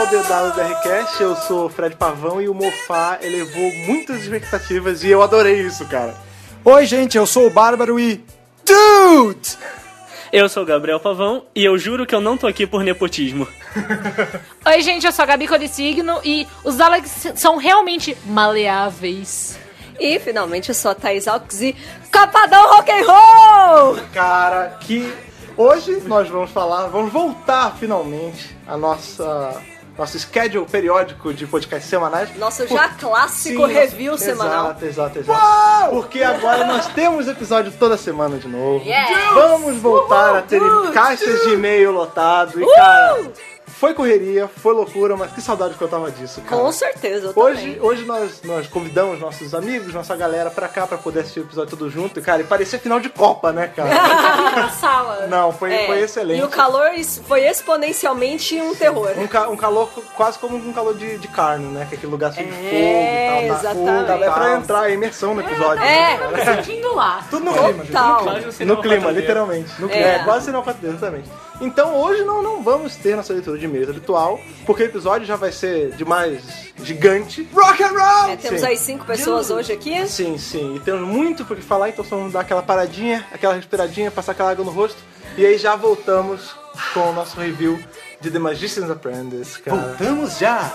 ao DWBRcast, eu sou o Fred Pavão e o Mofá elevou muitas expectativas e eu adorei isso, cara. Oi, gente, eu sou o Bárbaro e... Dude! Eu sou o Gabriel Pavão e eu juro que eu não tô aqui por nepotismo. Oi, gente, eu sou a Gabi Colissigno e os Daleks são realmente maleáveis. E, finalmente, eu sou a Thaís Alves e Capadão Rock'n'Roll! Cara, que hoje nós vamos voltar finalmente a nosso schedule periódico de podcasts semanais. Nosso já clássico review semanal. Exato. Porque agora nós temos episódio toda semana de novo. Yes. Vamos voltar a ter caixas de e-mail lotado. E, cara, foi correria, foi loucura, mas que saudade que eu tava disso, cara. Com certeza, eu também. Hoje nós convidamos nossos amigos, nossa galera pra cá pra poder assistir o episódio todo junto. E, cara, e parecia final de Copa, né, cara? Na sala. Não, foi excelente. E o calor foi exponencialmente um terror. Um calor quase como um calor de carne, né? Que é aquele lugar cheio de fogo e tal. Exatamente. Dá pra entrar a imersão no episódio. Tô sentindo lá. Tudo no clima, Total. gente. No clima, literalmente. Quase sinal exatamente. Então hoje não vamos ter nossa leitura de e-mails habitual, porque o episódio já vai ser de mais gigante. Rock and roll! Temos aí 5 pessoas hoje aqui. Sim. E temos muito por que falar, então só vamos dar aquela paradinha, aquela respiradinha, passar aquela água no rosto. E aí já voltamos com o nosso review de The Magician's Apprentice, cara. Voltamos já!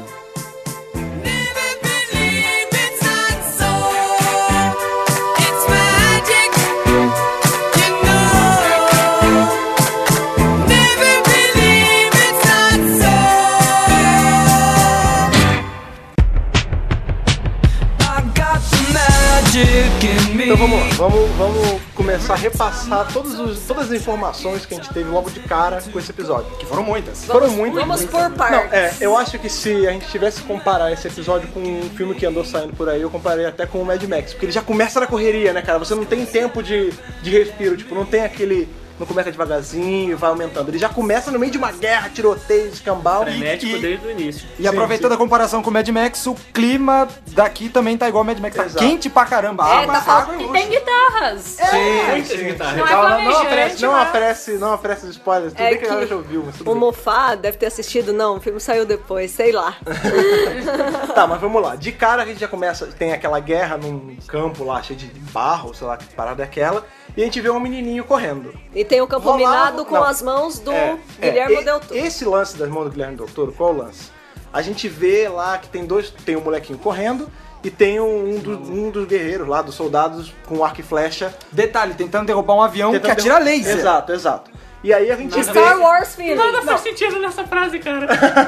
Então vamos lá, vamos começar a repassar todas as informações que a gente teve logo de cara com esse episódio. Que foram muitas. Vamos por partes. Eu acho que se a gente tivesse que comparar esse episódio com um filme que andou saindo por aí, eu comparei até com o Mad Max, porque ele já começa na correria, né, cara? Você não tem tempo de respiro, tipo, não tem aquele... Não começa devagarzinho e vai aumentando. Ele já começa no meio de uma guerra, tiroteio, escambau. Frenético desde o início. E aproveitando a comparação com o Mad Max, o clima daqui também tá igual ao Mad Max. Tá quente pra caramba. E tem guitarras. Sim. guitarras. Não aparece os spoilers. Tudo bem que a galera já ouviu, mas tudo o bem. Mofá deve ter assistido. Não, o filme saiu depois, sei lá. Tá, mas vamos lá. De cara a gente já começa, tem aquela guerra num campo lá, cheio de barro, sei lá que parada é aquela. E a gente vê um menininho correndo. E tem o campo minado com as mãos do Guilherme Del Toro. Esse lance das mãos do Guilherme Del Toro, qual é o lance? A gente vê lá que tem um molequinho correndo e tem um dos guerreiros lá, dos soldados com arco e flecha. Detalhe, tentando derrubar um avião que atira laser. Exato. E aí a gente vê... Star Wars, filho! Nada faz sentido nessa frase, cara.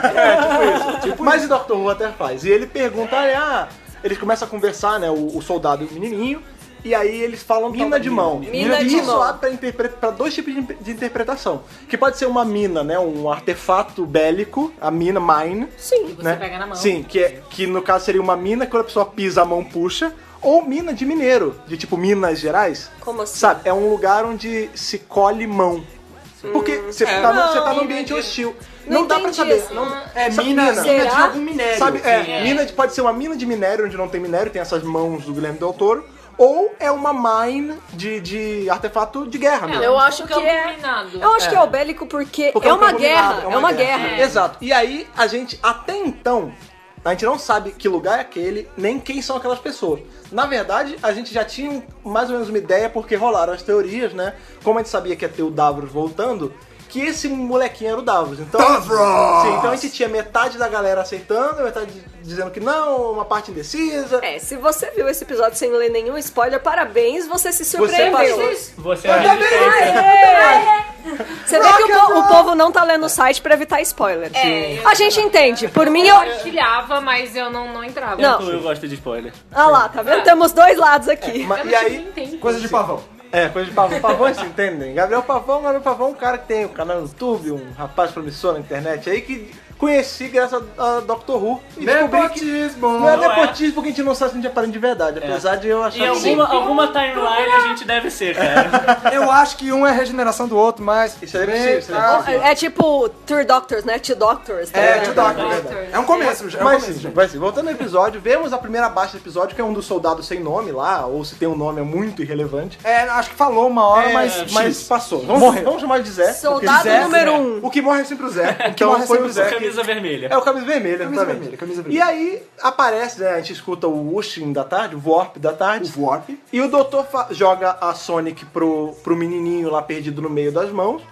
Tipo mas o Dr. Who até faz. E ele pergunta, eles começam a conversar, né, o soldado e o menininho. E aí eles falam mina de mão. Mina de isso mão. abre pra dois tipos de interpretação. Que pode ser uma mina, né? Um artefato bélico, a mina, mine. Sim. Que você né? pega na mão. Sim, que no caso seria uma mina que quando a pessoa pisa, a mão puxa. Ou mina de mineiro, de tipo Minas Gerais. Como assim? Sabe, é um lugar onde se colhe mão. Porque você tá num ambiente hostil. Não dá pra saber. Mina de algum minério. Sabe, pode ser uma mina de minério, onde não tem minério, tem essas mãos do Guilherme Del Toro. Ou é uma mine de artefato de guerra mesmo. Eu acho que é. Eu acho que é o bélico porque é uma guerra. É uma guerra. Exato. E aí, a gente, até então, a gente não sabe que lugar é aquele, nem quem são aquelas pessoas. Na verdade, a gente já tinha mais ou menos uma ideia, porque rolaram as teorias, né? Como a gente sabia que ia ter o Davros voltando, que esse molequinho era o Davros. Então, sim, então a gente tinha metade da galera aceitando, metade dizendo que não, uma parte indecisa. Se você viu esse episódio sem ler nenhum spoiler, parabéns, você se surpreendeu. Você Você vê que o povo não tá lendo o site pra evitar spoiler. A gente entende. Por mim, eu compartilhava, mas eu não entrava. Não. Eu gosto de spoiler. Ah lá, tá vendo? Temos dois lados aqui. E aí, coisa de pavão. Coisa de Pavão. Pavão, vocês entendem? Gabriel Pavão é um cara que tem um canal no YouTube, um rapaz promissor na internet aí que conheci graças a Dr. Who. E nepotismo! Não é nepotismo porque a gente não sabe se a gente é parente de verdade, apesar de eu achar que alguma timeline a gente deve ser, cara. Eu acho que um é regeneração do outro, mas... Isso é possível. É tipo Two Doctors, né? Two Doctors. Tá Two Doctors. É um começo. Mas sim, voltando ao episódio, vemos a primeira baixa do episódio, que é um dos soldados sem nome lá, ou se tem um nome é muito irrelevante. Acho que falou uma hora, mas passou. Vamos chamar de Zé. Soldado número 1. O que morre é sempre o Zé. Então foi o Zé que Camisa vermelha. É o camisa vermelha, Camisa exatamente. vermelha, camisa vermelha. E aí aparece, né? A gente escuta o Whooshing da tarde, o Warp da tarde. O Warp. E o doutor joga a Sonic pro menininho lá perdido no meio das mãos.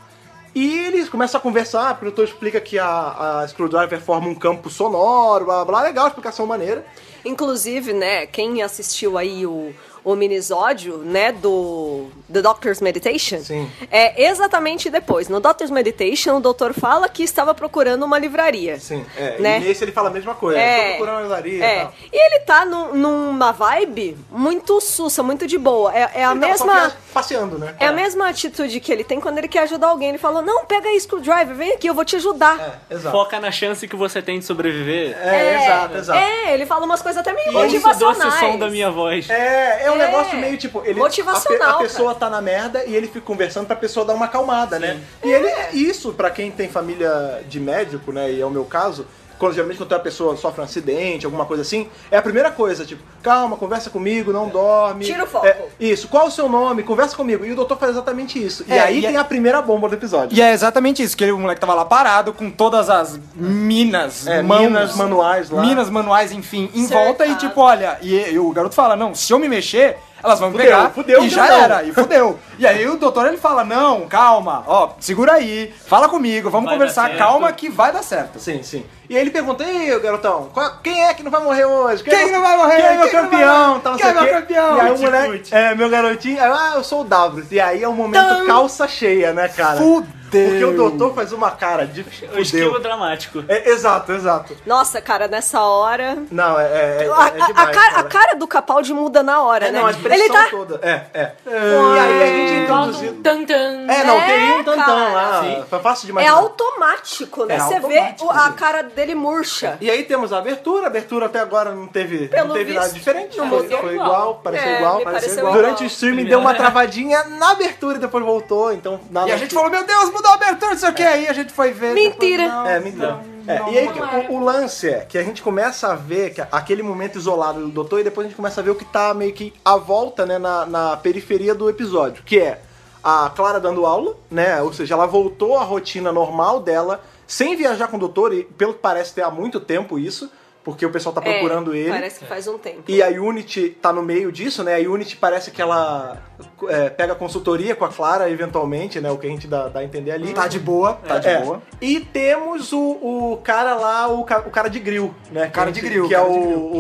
E eles começam a conversar, porque o doutor explica que a Screwdriver forma um campo sonoro, blá blá, legal, explicação maneira. Inclusive, né, quem assistiu aí o minisódio, né, do The Doctor's Meditation, Sim. é exatamente depois. No Doctor's Meditation, o doutor fala que estava procurando uma livraria. Sim, né? E nesse ele fala a mesma coisa. É. Tô procurando uma livraria e tal. E ele tá numa vibe muito sussa, muito de boa. É a Ele tava só mesma... passeando, né? É a mesma atitude que ele tem quando ele quer ajudar alguém. Ele fala, não, pega aí, Screwdriver, vem aqui, eu vou te ajudar. Exato. Foca na chance que você tem de sobreviver. Exato. Ele fala umas coisas até meio Ouça o motivacionais. doce som da minha voz. É um negócio meio tipo... Motivacional, a pessoa tá na merda e ele fica conversando pra pessoa dar uma acalmada, né? E isso, pra quem tem família de médico, né? E é o meu caso... Geralmente quando a pessoa sofre um acidente, alguma coisa assim, é a primeira coisa, tipo, calma, conversa comigo, não dorme. Tira o foco. Isso, qual o seu nome? Conversa comigo. E o doutor faz exatamente isso. E aí tem a primeira bomba do episódio. E é exatamente isso, que o moleque tava lá parado com todas as minas, minas manuais lá. Minas manuais, enfim, em Cercado. volta e tipo, olha, e o garoto fala, não, se eu me mexer, elas vão me Fudeu, pegar fudeu, e já não. era, e fudeu. E aí o doutor, ele fala, não, calma, ó, segura aí, fala comigo, vamos Vai conversar, dar certo. calma que vai dar certo. Sim. E aí ele pergunta, ei, garotão, quem é que não vai morrer hoje? Quem não vai morrer? Quem é meu Quem não vai campeão? morrer? Tal, não Quem sei é meu o quê. campeão? E aí o Tuti, moleque, tuti. meu garotinho, eu sou o W. E aí é um momento calça cheia, né, cara? Fudeu. Porque o doutor faz uma cara de O esquilo dramático. Exato. Nossa, cara, nessa hora... Não, é demais, a cara do Capaldi muda na hora, né? Não, a expressão Ele tá... toda. E aí a gente é introduzido... Tan-tan. Teria um tantão cara. lá. Sim. Foi fácil de É imaginar. automático, né? É Você automático, vê a sim. cara dele murcha. E aí temos a abertura até agora não teve Pelo nada visto, diferente. não Foi mudou. igual, pareceu É, igual. me pareceu Durante igual. o streaming deu uma travadinha na abertura e depois voltou, então nada. E a gente falou, meu Deus, mudou a abertura, não sei o que, aí a gente foi ver. Mentira. depois, não, mentira. não, E aí não. o lance é que a gente começa a ver que aquele momento isolado do doutor e depois a gente começa a ver o que tá meio que à volta, né, na periferia do episódio, que é a Clara dando aula, né, ou seja, ela voltou à rotina normal dela, sem viajar com o doutor, e pelo que parece ter há muito tempo isso, porque o pessoal tá procurando ele. Parece que faz um tempo. E a Unity tá no meio disso, né? A Unity parece que ela pega consultoria com a Clara, eventualmente, né? O que a gente dá a entender ali. Tá de boa, tá de boa. E temos o cara lá, o cara de grill, né? Cara de grill, Que é cara de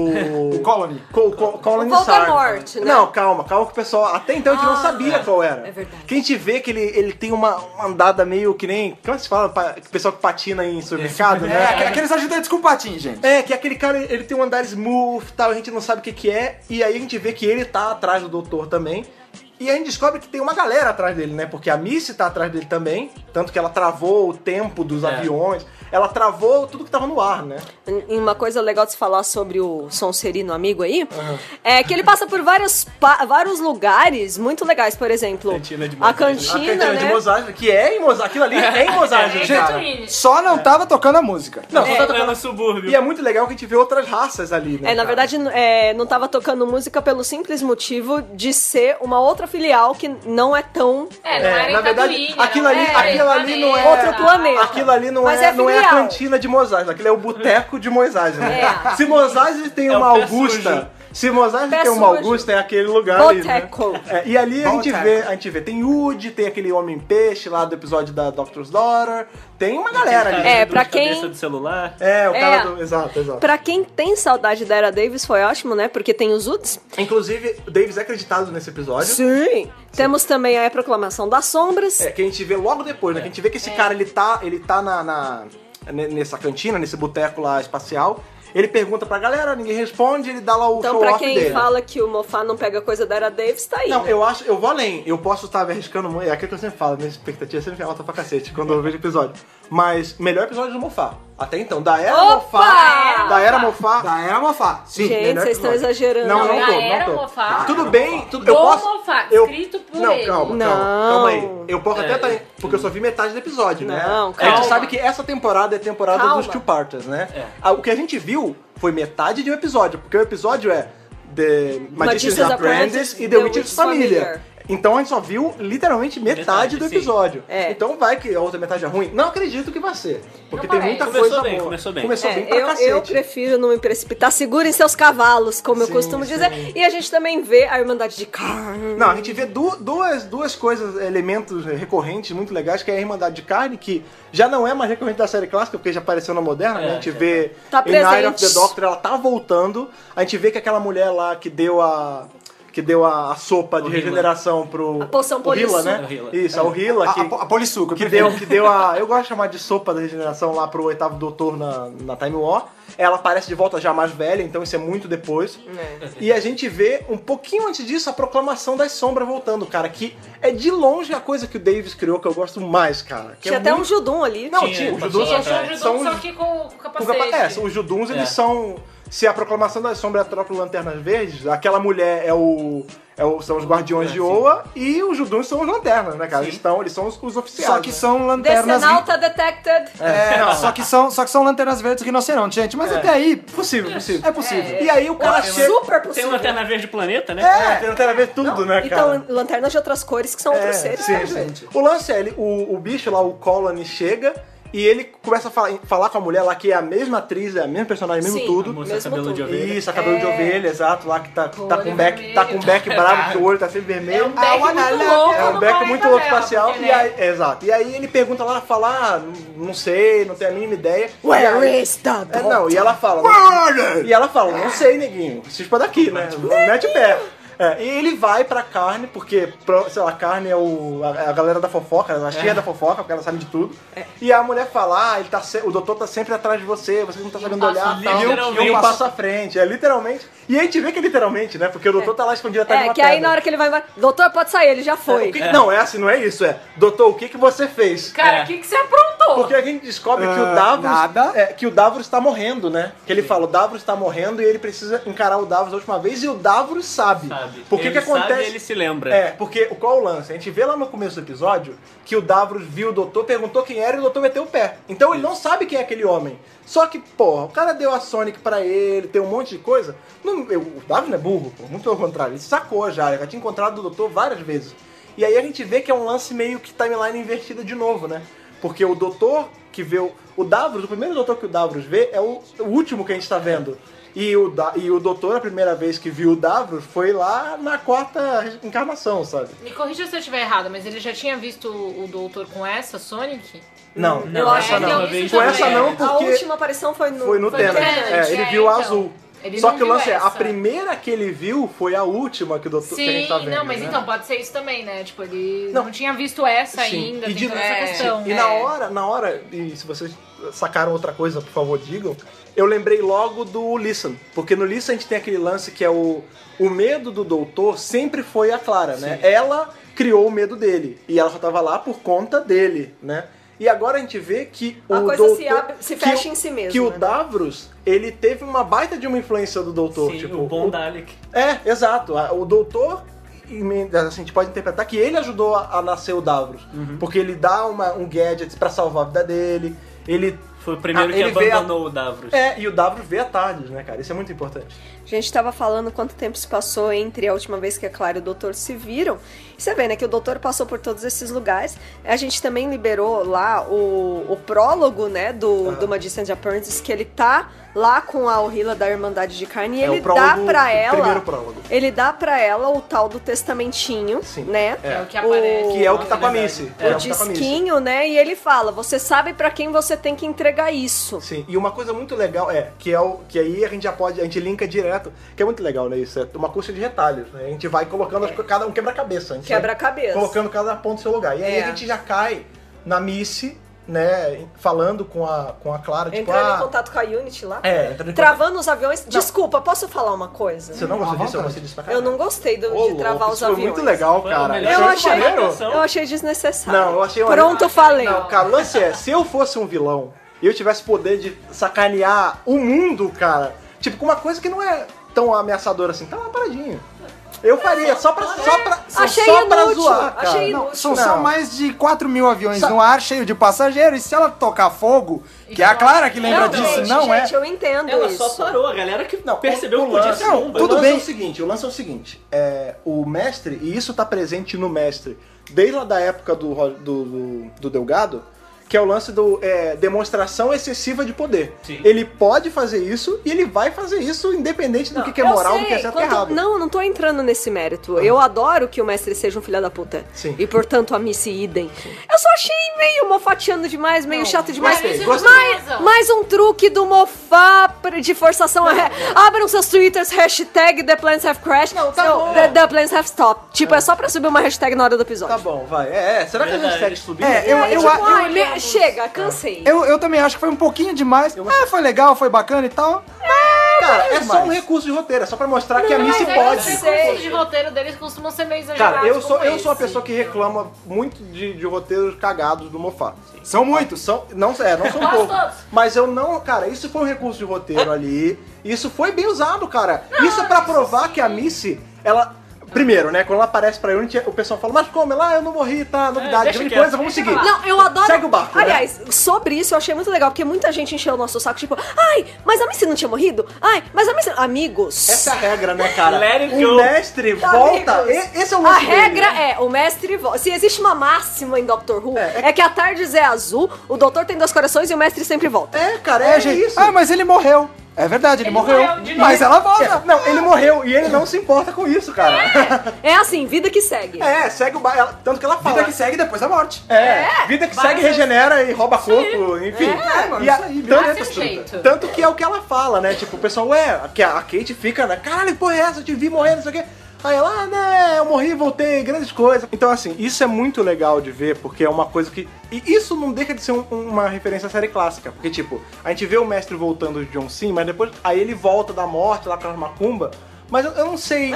o Colony. Colony O Voldemort, Sark. né? Não, calma que o pessoal... Até então a gente não sabia qual era. É verdade. Que a gente vê que ele tem uma andada meio que nem... Como é que se fala? O pessoal que patina em supermercado, né? Aqueles ajudantes com patim, gente. Que aquele cara, ele tem um andar smooth e tal, a gente não sabe o que é, e aí a gente vê que ele tá atrás do doutor também, e a gente descobre que tem uma galera atrás dele, né, porque a Missy tá atrás dele também, tanto que ela travou o tempo dos aviões, ela travou tudo que tava no ar, né. E uma coisa legal de se falar sobre o Sonserino amigo aí, é que ele passa por vários lugares muito legais, por exemplo, Cantina de a Mos A cantina, cantina de né? Mos Eisley, que é em Mos Eisley, aquilo ali é em Mos Eisley, cara. Tatooine. Só não tava tocando a música. Não, só tá É tocando... no subúrbio. E é muito legal que a gente vê outras raças ali, né, Na cara? verdade, não tava tocando música pelo simples motivo de ser uma outra filial que não é tão... Não era na em verdade, Tatooine, aquilo não ali- era aquilo ali não é- Outro planeta. Aquilo ali não Mas é a filial. cantina de Mos Eisley, aquilo é o boteco de Mos Eisley, né? É. Se Mos Eisley tem É uma o pé Augusta, sujo. se Mos Eisley Pé tem uma sujo. Augusta, é aquele lugar ali, né? Boteco. E ali a gente Boteco. vê, tem Woody, tem aquele Homem-Peixe lá do episódio da Doctor's Daughter, tem uma galera ali. pra de quem- cabeça do celular. O cara É. do... Exato. Pra quem tem saudade da Era Davis, foi ótimo, né? Porque tem os Uds. Inclusive, o Davis é acreditado nesse episódio. Sim. Temos também a Proclamação das Sombras. Que a gente vê logo depois, né? Que a gente vê que esse cara, ele tá nessa cantina, nesse boteco lá espacial. Ele pergunta pra galera, ninguém responde, ele dá lá o Então, show pra off quem dele. fala que o Moffat não pega coisa da Era Davis, tá aí. Não, né? eu vou além. Eu posso estar me arriscando muito. É aquilo que eu sempre falo, minha expectativa sempre é alta pra cacete quando eu vejo episódio. Mas, melhor episódio do Moffat. Até então, da Era Opa! Moffat. Da Era Moffat. Da Era Moffat. Sim, Gente, melhor vocês estão episódio. exagerando. Não, Da não tô, Era não tô. Moffat. Tudo bem, eu Do posso... Moffat, eu, escrito por não, ele. calma Não. aí. Eu posso até estar... Porque eu só vi metade do episódio, né? Não, A gente calma. sabe que essa temporada é a temporada Calma. dos two-parters, né? O que a gente viu foi metade de um episódio, porque o episódio é The Magician's Apprentice e The Witch's Familiar. Então a gente só viu literalmente metade do sim. episódio. É. Então vai que a outra metade é ruim? Não acredito que vai ser. Porque Não tem muita parece. coisa Começou bem, boa. começou bem. Começou bem pra cacete. Eu prefiro não me precipitar. Segurem seus cavalos, como eu Sim, costumo sim. dizer. E a gente também vê a Irmandade de Carne. Não, a gente vê duas coisas, elementos recorrentes muito legais, que é a Irmandade de Carne, que já não é mais recorrente da série clássica, porque já apareceu na moderna, né? A gente vê Tá em Night of presente. the Doctor, ela tá voltando. A gente vê que aquela mulher lá que deu a sopa de regeneração pro... A poção o Hila, Polissuco. né? O Hila. Isso, o Hila, que... A Polissuco. que deu a... Eu gosto de chamar de sopa da regeneração lá pro oitavo doutor na Time War. Ela aparece de volta já mais velha, então isso é muito depois. E a gente vê, um pouquinho antes disso, a proclamação das sombras voltando, cara. Que é de longe a coisa que o Davis criou, que eu gosto mais, cara. Que Tinha é até muito... um Judum ali. Não, Tinha, tinha. Os tinha, Juduns tinha, Tinha são só que com o capacete. os Juduns, eles É. são... Se a proclamação das sombras é a tropa Lanternas Verdes, aquela mulher são os Guardiões de Oa e os Juduns são os Lanternas, né, cara? Eles são os oficiais. Só que né? são lanternas... Decenalta detected. É, só que são lanternas verdes rinoceronte, gente. Mas até aí, Possível. é possível. E aí o cara chega... Super Tem possível. Lanterna Verde Planeta, né? Tem Lanterna Verde tudo, né, cara? Então, lanternas de outras cores que são outros seres, sim, tá, sim. gente? O lance é, o bicho lá, o Colony, chega e ele começa a falar com a mulher lá, que é a mesma atriz, é a mesma personagem, mesmo Sim. tudo. Moça Mesmo cabelo de tudo. ovelha. Isso, a cabelo de ovelha, exato, lá que tá Olho com o back, vermelho. tá com o back bravo, porque o olho tá sempre É vermelho. um back muito louco É um no back planeta muito louco dela, espacial. porque, E aí, exato. E aí ele pergunta lá, fala, não sei, não tenho a mínima ideia. Where E aí- is the não, e ela fala, não sei, neguinho, assiste pra daqui, né? Mete o pé. E ele vai pra Carne, porque, sei lá, Carne é a galera da fofoca, a tia da fofoca, porque ela sabe de tudo. E a mulher fala, o doutor tá sempre atrás de você não tá sabendo passo olhar, à tal. frente. E um passo à frente, literalmente. E a gente vê que é literalmente, né? Porque o doutor tá lá escondido atrás de uma Que aí pedra. na hora que ele vai embora, doutor, pode sair, ele já foi. Não, é assim, não é isso, doutor, o que você fez? Cara, o que você aprontou? Porque a gente descobre que o Davros. nada. Que o Davros tá morrendo, né? Que ele fala, o Davros tá morrendo e ele precisa encarar o Davros a última vez e o Davros sabe. Porque o Ele que acontece. sabe, ele se lembra. Porque qual é o lance? A gente vê lá no começo do episódio que o Davros viu o doutor, perguntou quem era e o doutor meteu o pé. Então ele não sabe quem é aquele homem. Só que, porra, o cara deu a Sonic pra ele, tem um monte de coisa. O Davros não é burro, pô, muito pelo contrário. Ele sacou já, ele já tinha encontrado o doutor várias vezes. E aí a gente vê que é um lance meio que timeline invertida de novo, né? Porque o doutor que vê o Davros, o primeiro doutor que o Davros vê é o último que a gente tá vendo. E o doutor, a primeira vez que viu o Davros, foi lá na quarta encarnação, sabe? Me corrija se eu estiver errada, mas ele já tinha visto o doutor com essa Sonic? Não, Não, Eu acho essa que não. não, isso Com essa também. não, A porque última aparição foi no foi no foi no Tenant. Tenant, Ele viu a então. azul. Ele Só não que o viu lance é, a essa. primeira que ele viu foi a última que o doutor que a gente tá vendo. não, mas né? então pode ser isso também, né? Tipo, ele Não. não tinha visto essa Sim. ainda, E tem de- toda essa questão. E na hora, e se vocês sacaram outra coisa, por favor, digam, eu lembrei logo do Listen. Porque no Listen a gente tem aquele lance que é o medo do doutor sempre foi a Clara, né? Ela criou o medo dele. E ela só tava lá por conta dele, né? E agora a gente vê que A o coisa doutor... se fecha em si mesmo, Que o né? Davros, ele teve uma baita de uma influência do doutor. Sim, tipo, o bom Dalek. Exato. O doutor, assim, a gente pode interpretar que ele ajudou a nascer o Davros. Porque ele dá um gadget pra salvar a vida dele. Ele... Foi o primeiro que ele vê abandonou o Davros. E o Davros vê a Tardes, né, cara? Isso é muito importante. A gente tava falando quanto tempo se passou entre a última vez que a Clara e o doutor se viram. E você vê, né, que o doutor passou por todos esses lugares. A gente também liberou lá o prólogo, né, do Magician's Apprentice, que ele tá lá com a Orhila da Irmandade de Carne e ele o prólogo, dá pra o ela... primeiro prólogo. Ele dá pra ela o tal do testamentinho, Sim. né? É o que aparece. Que é o que tá com a Missy. O É o que tá com a Missy. disquinho, né? E ele fala, você sabe pra quem você tem que entregar isso. Sim, e uma coisa muito legal que aí a gente linka direto, que é muito legal, né? Isso é uma coxa de retalhos, né? A gente vai colocando cada um quebra-cabeça. A gente vai Quebra-cabeça. colocando cada ponto no seu lugar. E aí a gente já cai na Missy, né? Falando com a Clara, tipo, Entrando em contato com a Unity lá. entrando em Travando os aviões. Desculpa, posso falar uma coisa? Você não gostou disso? Eu vontade. gostei disso pra Eu caralho. não gostei Ô, de louco, travar os isso foi aviões. muito legal, Foi o cara. melhor Isso Eu foi achei, maneiro. eu achei desnecessário. Não, eu achei Pronto, eu falei. Não, cara, o lance é, se eu fosse um vilão e eu tivesse poder de sacanear o mundo, cara, tipo, com uma coisa que não é tão ameaçadora assim, tá lá paradinho. Eu faria, só pra Achei só pra inútil. zoar, cara. Achei Não, inútil. são só mais de 4 mil aviões no ar, cheio de passageiros, e se ela tocar fogo, que é a Clara que lembra Não, disso, Gente, não é? gente, eu entendo Ela isso. só parou, a galera que Não, percebeu o que podia lance- ser bomba. tudo o lance bem. É o lance é o seguinte, o mestre, e isso tá presente no mestre, desde lá da época do Delgado, que é o lance do demonstração excessiva de poder. Sim. Ele pode fazer isso e ele vai fazer isso independente do que é moral, do que é certo e errado. Não tô entrando nesse mérito. Eu adoro que o mestre seja um filho da puta. Sim. E, portanto, a Missy idem. Eu só achei meio mofatiano demais, meio chato demais. gostei. Mais um truque do mofá de forçação. Abram seus twitters, hashtag The Planes Have Crashed. Não, tá bom. The Planes Have Stopped. Tipo, é só pra subir uma hashtag na hora do episódio. Tá bom, vai. Será que a Verdade. hashtag subir? Chega, cansei. Eu também acho que foi um pouquinho demais. Foi legal, foi bacana e tal. Cara, é só um recurso de roteiro, é só pra mostrar que a Missy Mas pode. os recursos de roteiro deles costumam ser meio exagerados. Cara, eu sou como a esse. pessoa que reclama muito de roteiros cagados do Moffat. São muitos. Não são Quase poucos. todos. Mas eu não, cara, isso foi um recurso de roteiro ali. Isso foi bem usado, cara. Isso é pra provar que a Missy, ela. Primeiro, né, quando ela aparece pra Unity, o pessoal fala, mas como? Ela, eu não morri, tá, novidade, deixa grande quieto. coisa, vamos seguir. Não, eu adoro. Segue o barco, né? Aliás, sobre isso eu achei muito legal, porque muita gente encheu o nosso saco, tipo, ai, mas a Missy não tinha morrido? Ai, mas a Missy. Amigos. Essa é a regra, né, cara? Let it O go. mestre volta. Amigos, Esse é o a lance dele. regra é, o mestre volta. Se existe uma máxima em Doctor Who, é que a Tardes é azul, o doutor tem 2 corações e o mestre sempre volta. Cara, é gente. isso. Mas ele morreu. É verdade, ele morreu. morreu de Mas novo. ela volta. Não, ele morreu e ele não se importa com isso, cara. É assim, vida que segue. Segue o barco. Tanto que ela fala. Vida que segue depois da morte. Vida que Várias segue, regenera e rouba corpo, enfim. mano, E a- isso aí, tanto, beleza. Desse jeito. tanto que é o que ela fala, né? Tipo, o pessoal, que a Kate fica, né? Caralho, porra é essa? Eu te vi morrendo, não sei o quê. Aí ela, né, eu morri, voltei, grandes coisas. Então, assim, isso é muito legal de ver, porque é uma coisa que... E isso não deixa de ser uma referência à série clássica. Porque, tipo, a gente vê o mestre voltando de John Sim, mas depois... Aí ele volta da morte lá com as macumbas. Mas eu não sei,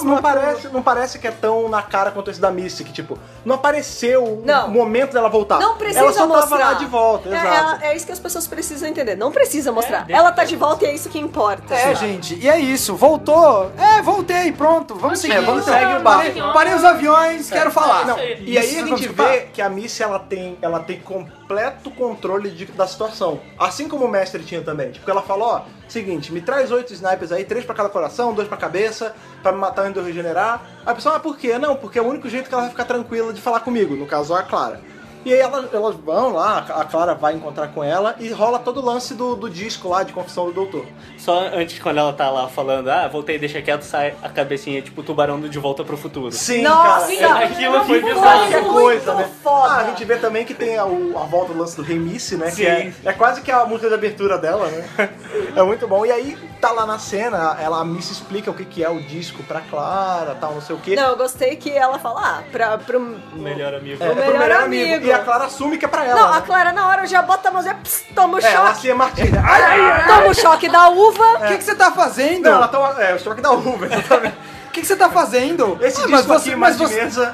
não parece que é tão na cara quanto esse da Missy, que, tipo, não apareceu Não. o momento dela voltar. Não precisa ela só mostrar. tava lá de volta, exato. É isso que as pessoas precisam entender. Não precisa mostrar. deixa Ela tá de volta e é isso que importa. Gente, e é isso. Voltou. Voltei, pronto. Vamos seguir. vamos seguir o barco. Parei os aviões, quero falar. Não, Isso e aí a vamos gente escapar. vê que a Missy ela tem completo controle da situação. Assim como o mestre tinha também. Tipo, ela fala, ó, seguinte, me traz 8 snipers aí, 3 pra cada coração, 2 pra cabeça, pra me matar antes de eu regenerar. Aí a pessoa, por quê? Não, porque é o único jeito que ela vai ficar tranquila de falar comigo, no caso a Clara. E aí elas vão lá, a Clara vai encontrar com ela e rola todo o lance do disco lá de Confissão do Doutor. Só antes, quando ela tá lá falando, voltei, deixa quieto, sai a cabecinha, tipo, tubarão De Volta pro Futuro. Sim, Nossa, cara. aquilo foi muito bizarro. Qualquer coisa, né? foda. A gente vê também que tem a volta do lance do Rei Missy, né? Que Sim. é quase que a música de abertura dela, né? É muito bom. E aí, tá lá na cena, a Missy explica o que é o disco pra Clara, tal, não sei o quê. Não, eu gostei que ela fala, pro Melhor amigo. o Pro melhor amigo. E a Clara assume que é pra ela. Não, né? a Clara na hora já bota a mãozinha, toma o Ela choque. se martilha. Ai, ai, ai. Toma o choque da uva. O que você tá fazendo? Não, ela toma. O choque da uva, exatamente. O que você tá fazendo? Esse disco aqui, mais de mesa.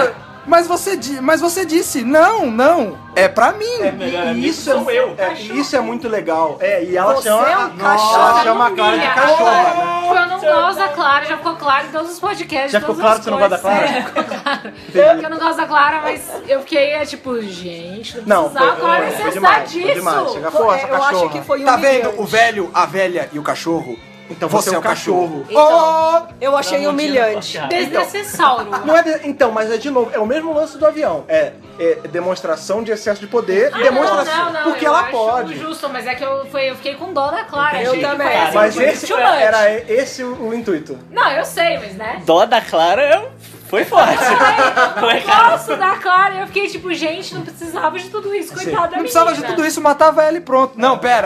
Mas você disse, não, é pra mim. Melhor amigo Isso sou eu. Isso é muito legal. E ela Você chama. é um cachorro. Ela chama a Clara de cachorra, né? Tipo, eu não gosto da Clara, já ficou claro em todos os podcasts. Já ficou todas claro as que você não gosta da coisas. Clara? É, ficou claro. Eu não gosto da Clara, mas eu fiquei, tipo, gente, não precisava, qual é a necessidade disso? Foi demais. Chega fora, essa Eu cachorra. acho que foi Tá humilhante. vendo o velho, a velha e o cachorro? Então você é um cachorro. Então, eu achei humilhante. Desnecessário. Não é então, mas é de novo, é o mesmo lance do avião. É demonstração de excesso de poder, demonstração. Não, porque eu ela acho pode. justo, mas é que eu fiquei com dó da Clara. Entendi. achei que Eu também. foi assim, Mas tipo, esse too much. era esse o intuito. Não, eu sei, mas né? Dó da Clara foi forte. Não é, Eu cara? gosto da Clara, eu fiquei tipo, gente, não precisava de tudo isso, coitada da Não precisava de menina. tudo isso, matava ela e pronto. Não, pera.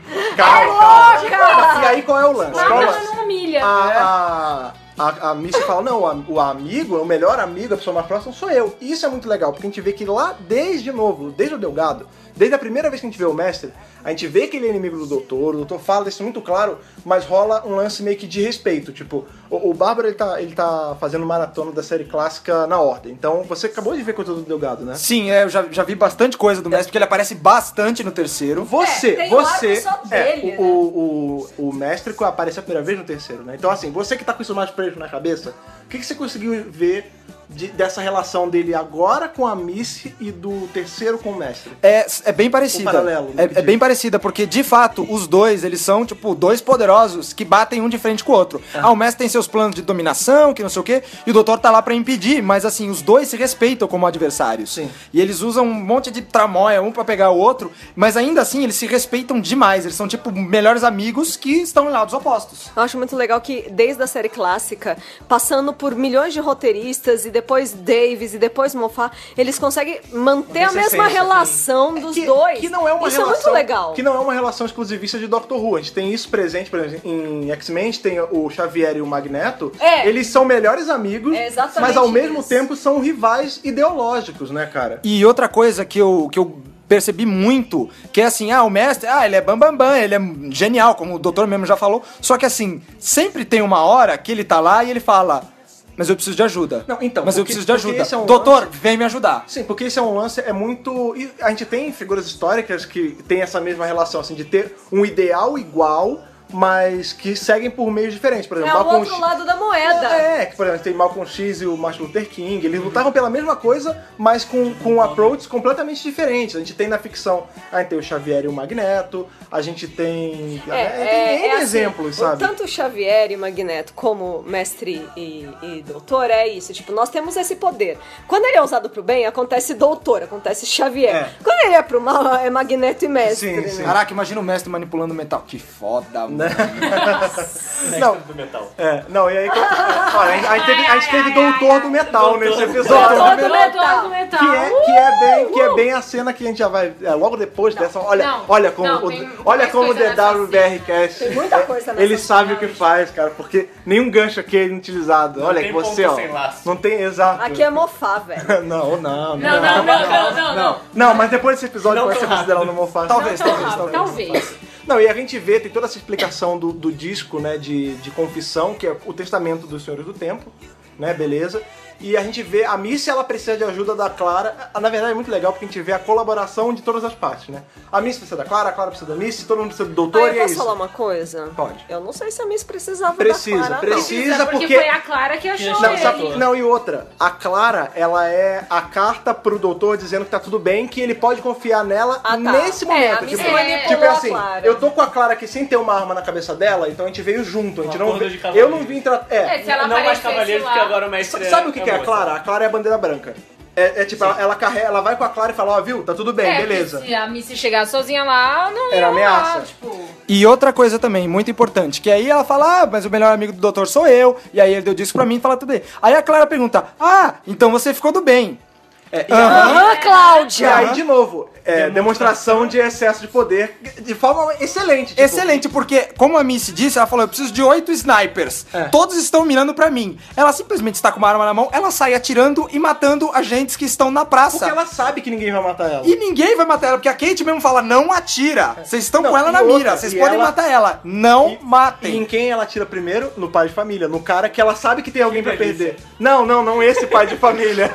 Calma. Louca! E aí qual é o lance? Qual é o Mas lance? ela não humilha. A Missy fala, não, o amigo, o melhor amigo, a pessoa mais próxima sou eu. E isso é muito legal, porque a gente vê que lá, desde o Delgado, desde a primeira vez que a gente vê o mestre, a gente vê que ele é inimigo do doutor, o doutor fala isso muito claro, mas rola um lance meio que de respeito. Tipo, o Bárbaro, ele tá fazendo maratona da série clássica na ordem. Então, você acabou de ver conteúdo do Delgado, né? Sim, eu já vi bastante coisa do mestre, porque ele aparece bastante no terceiro. tem um arco só dele, né? o mestre aparece a primeira vez no terceiro, né? Então, assim, você que tá com isso mais mesmo na cabeça. O que você conseguiu ver dessa relação dele agora com a Missy e do terceiro com o mestre? É bem parecida. O paralelo, é bem parecida, porque de fato, os dois, eles são, tipo, dois poderosos que batem um de frente com o outro. O mestre tem seus planos de dominação, que não sei o quê, e o doutor tá lá pra impedir, mas assim, os dois se respeitam como adversários. Sim. E eles usam um monte de tramóia, um pra pegar o outro, mas ainda assim, eles se respeitam demais. Eles são, tipo, melhores amigos que estão em lados opostos. Eu acho muito legal que, desde a série clássica, passando por milhões de roteiristas e depois Davis e depois Moffat, eles conseguem manter a mesma relação dos dois. Que não é uma isso relação, é muito legal. Que não é uma relação exclusivista de Doctor Who. A gente tem isso presente, por exemplo, em X-Men, a gente tem o Xavier e o Magneto. Eles são melhores amigos, mas ao mesmo tempo são rivais ideológicos, né, cara? E outra coisa que eu percebi muito, que é assim, o mestre, ele é bambambam, ele é genial, como o doutor mesmo já falou, só que assim, sempre tem uma hora que ele tá lá e ele fala, mas eu preciso de ajuda. Não, então, mas eu preciso de ajuda. Esse é um doutor, lance... vem me ajudar. Sim, porque esse é um lance, é muito... E a gente tem figuras históricas que tem essa mesma relação, assim, de ter um ideal igual, mas que seguem por meios diferentes. Por exemplo, o outro lado da moeda. Que, por exemplo, tem Malcolm X e o Martin Luther King. Eles lutavam pela mesma coisa, mas com approaches completamente diferentes. A gente tem na ficção, a gente tem o Xavier e o Magneto, a gente tem... tem assim, exemplos, sabe? Tanto o Xavier e o Magneto como mestre e doutor é isso. Tipo, nós temos esse poder. Quando ele é usado pro bem, acontece doutor, acontece Xavier. Quando ele é pro mal, é Magneto e mestre. Sim. Né? Caraca, imagina o mestre manipulando metal. Que foda, mano. Não, do metal. Não, e aí... Olha, a gente teve Doutor do Metal nesse episódio. Doutor do metal. Que é bem a cena que a gente já vai... logo depois dessa... Olha como o DWBRcast... Tem muita coisa nessa ele sabe o que faz, cara, porque nenhum gancho aqui é inutilizado. Olha que você, ó... sem laço. Não tem, exato. Aqui é mofar, velho. Não. Não, Mas depois desse episódio Não pode ser tão considerado no mofar. Talvez. Talvez. Não, e a gente vê, tem toda essa explicação do disco, né, de confissão, que é o testamento dos Senhores do Tempo, né, beleza? E a gente vê, a Missy, ela precisa de ajuda da Clara. Na verdade é muito legal porque a gente vê a colaboração de todas as partes, né? A Missy precisa da Clara, a Clara precisa da Missy, todo mundo precisa do doutor eu e é posso isso. falar uma coisa? Pode. Eu não sei se a Miss precisava Precisa, da Clara, precisa. Porque porque foi a Clara que achou Não, ele. não, e outra, a Clara, ela é a carta pro doutor dizendo que tá tudo bem, que ele pode confiar nela nesse momento. A Miss tipo, manipulou tipo assim, a Clara. eu tô com a Clara aqui sem ter uma arma na cabeça dela, então a gente veio junto, a gente não acordo veio, de cavaleiro. eu não vim tratar... Se ela Não mais aparecesse cavaleiro, lá... porque agora o mestre Sabe o que é a moça. Clara? A Clara é a bandeira branca. Tipo, ela vai com a Clara e fala, viu, tá tudo bem, beleza. Se a Missy chegar sozinha lá, não Era ia ameaça. lá, tipo... E outra coisa também, muito importante, que aí ela fala, mas o melhor amigo do doutor sou eu, e aí ele deu disco pra mim e fala tudo bem. Aí a Clara pergunta, então você ficou do bem. E Cláudia! aí, de novo, demonstração de excesso de poder de forma excelente. Tipo, Excelente, porque, como a Missy disse, ela falou, eu preciso de 8 snipers. Todos estão mirando pra mim. Ela simplesmente está com uma arma na mão, ela sai atirando e matando agentes que estão na praça. Porque ela sabe que ninguém vai matar ela. E ninguém vai matar ela, porque a Kate mesmo fala, não atira. Vocês estão Não, com ela e na outra, mira, vocês e podem ela- matar ela. Não E matem. em quem ela atira primeiro? No pai de família. No cara que ela sabe que tem alguém pra delícia. perder. Não esse pai de família.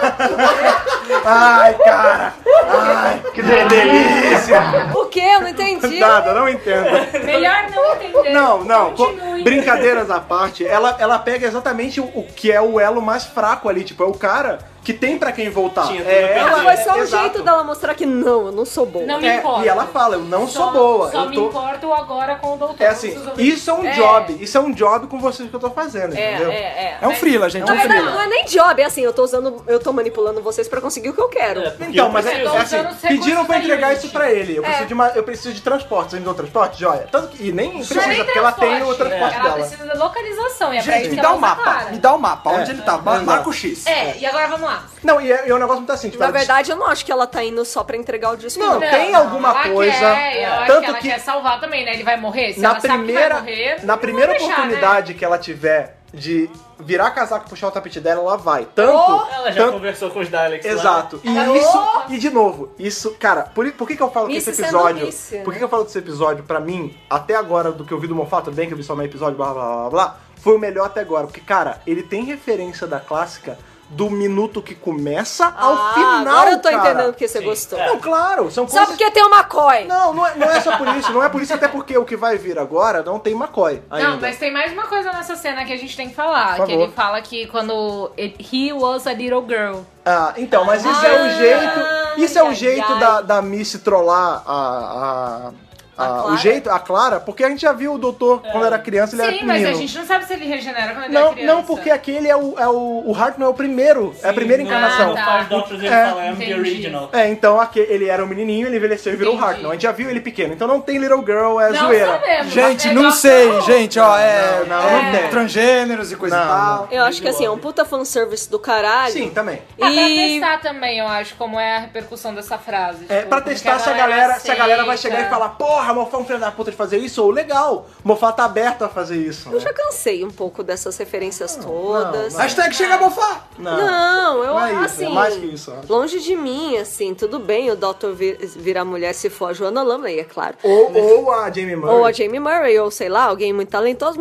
Ai, cara. Ai, que delícia. O quê? Eu não entendi. Nada, não entendo. Melhor não entender. Não, Continue. brincadeiras à parte, ela pega exatamente o que é o elo mais fraco ali, tipo, é o cara que tem pra quem voltar. Tinha tudo a perder. ela, Foi só um exato. jeito dela mostrar que não, eu não sou boa. Não me importa. E ela fala, eu não Só- sou boa. Só eu me tô... importo agora com o doutor. É assim, Preciso ver. isso é um job. Isso é um job com vocês que eu tô fazendo, entendeu? É um frila, gente, é Na um verdade, frila. não é nem job, é assim, eu tô manipulando vocês pra conseguir o que eu quero. Então, mas Eu tô é assim, usando os pediram recursos pra da entregar Unity. isso pra ele. Eu preciso de transporte. Você me deu transporte? Joia. Tanto que, e nem Não é precisa, nem porque ela tem o transporte. transporte Ela dela. precisa da localização. E é pra Gente, isso me que dá ela o usa a mapa, Clara. me dá o mapa, onde É. ele tá, marca o X. E agora vamos lá. Não, e é um negócio muito assim, tipo, Na ela verdade, eu não acho que ela tá indo só pra entregar o disco. Não, tem alguma ela coisa, Quer, eu acho tanto que ela que- quer salvar também, né? Ele vai morrer? Se na ela sabe que primeira, vai morrer, na não primeira vai deixar, oportunidade que ela tiver de virar casaco e puxar o tapete dela, ela vai. Tanto... Ela já tanto conversou com os Daleks lá. Exato. E isso, e de novo, isso, cara, por que eu falo que Missy esse sendo episódio. Missy, Por que eu falo desse episódio, pra mim, até agora, do que eu vi do Moffat, tudo bem que eu vi só meio episódio, blá blá blá blá, foi o melhor até agora. Porque, cara, ele tem referência da clássica do minuto que começa ao final, agora eu tô cara. entendendo porque você gostou. Não, claro, são Só coisas... porque tem o McCoy. Não é só por isso. Não é por isso, até porque o que vai vir agora não tem McCoy ainda. Não, mas tem mais uma coisa nessa cena que a gente tem que falar. Por Que favor. ele fala que quando he was a little girl. Ah, então, mas isso é o jeito... Isso é o jeito da Missy trollar a Clara, porque a gente já viu o doutor quando era criança, ele era Sim, pequenino. mas a gente não sabe se ele regenera quando ele é criança. Não, porque aquele o Hartnell é o primeiro, é a primeira encarnação. No Five Doctors ele fala, I'm the entendi. original. Então ele era um menininho, ele envelheceu e virou o Entendi. Hartnell. A gente já viu ele pequeno, então não tem Little Girl, é Não zoeira. sabemos. Gente, É não Doctor sei, Who. gente, ó, não tem. transgêneros e coisa e Não, tal. Eu acho que assim, é um puta fanservice do caralho. Sim, também. Pra E testar também, eu acho, como é a repercussão dessa frase. É, Tipo, pra como testar que se a galera vai aceita. chegar e falar, porra, Mofá é um filho da puta de fazer isso, ou legal, Mofá tá aberto a fazer isso. eu Né? já cansei um pouco dessas referências todas. não. Hashtag chega Mofá! Não, eu Não é isso, assim. é mais que isso, eu acho. Longe de mim, assim, tudo bem o Dr. virar mulher se for a Joanna Lumley, é claro. Ou a Jamie Murray. Ou a Jamie Murray, ou sei lá, alguém muito talentoso,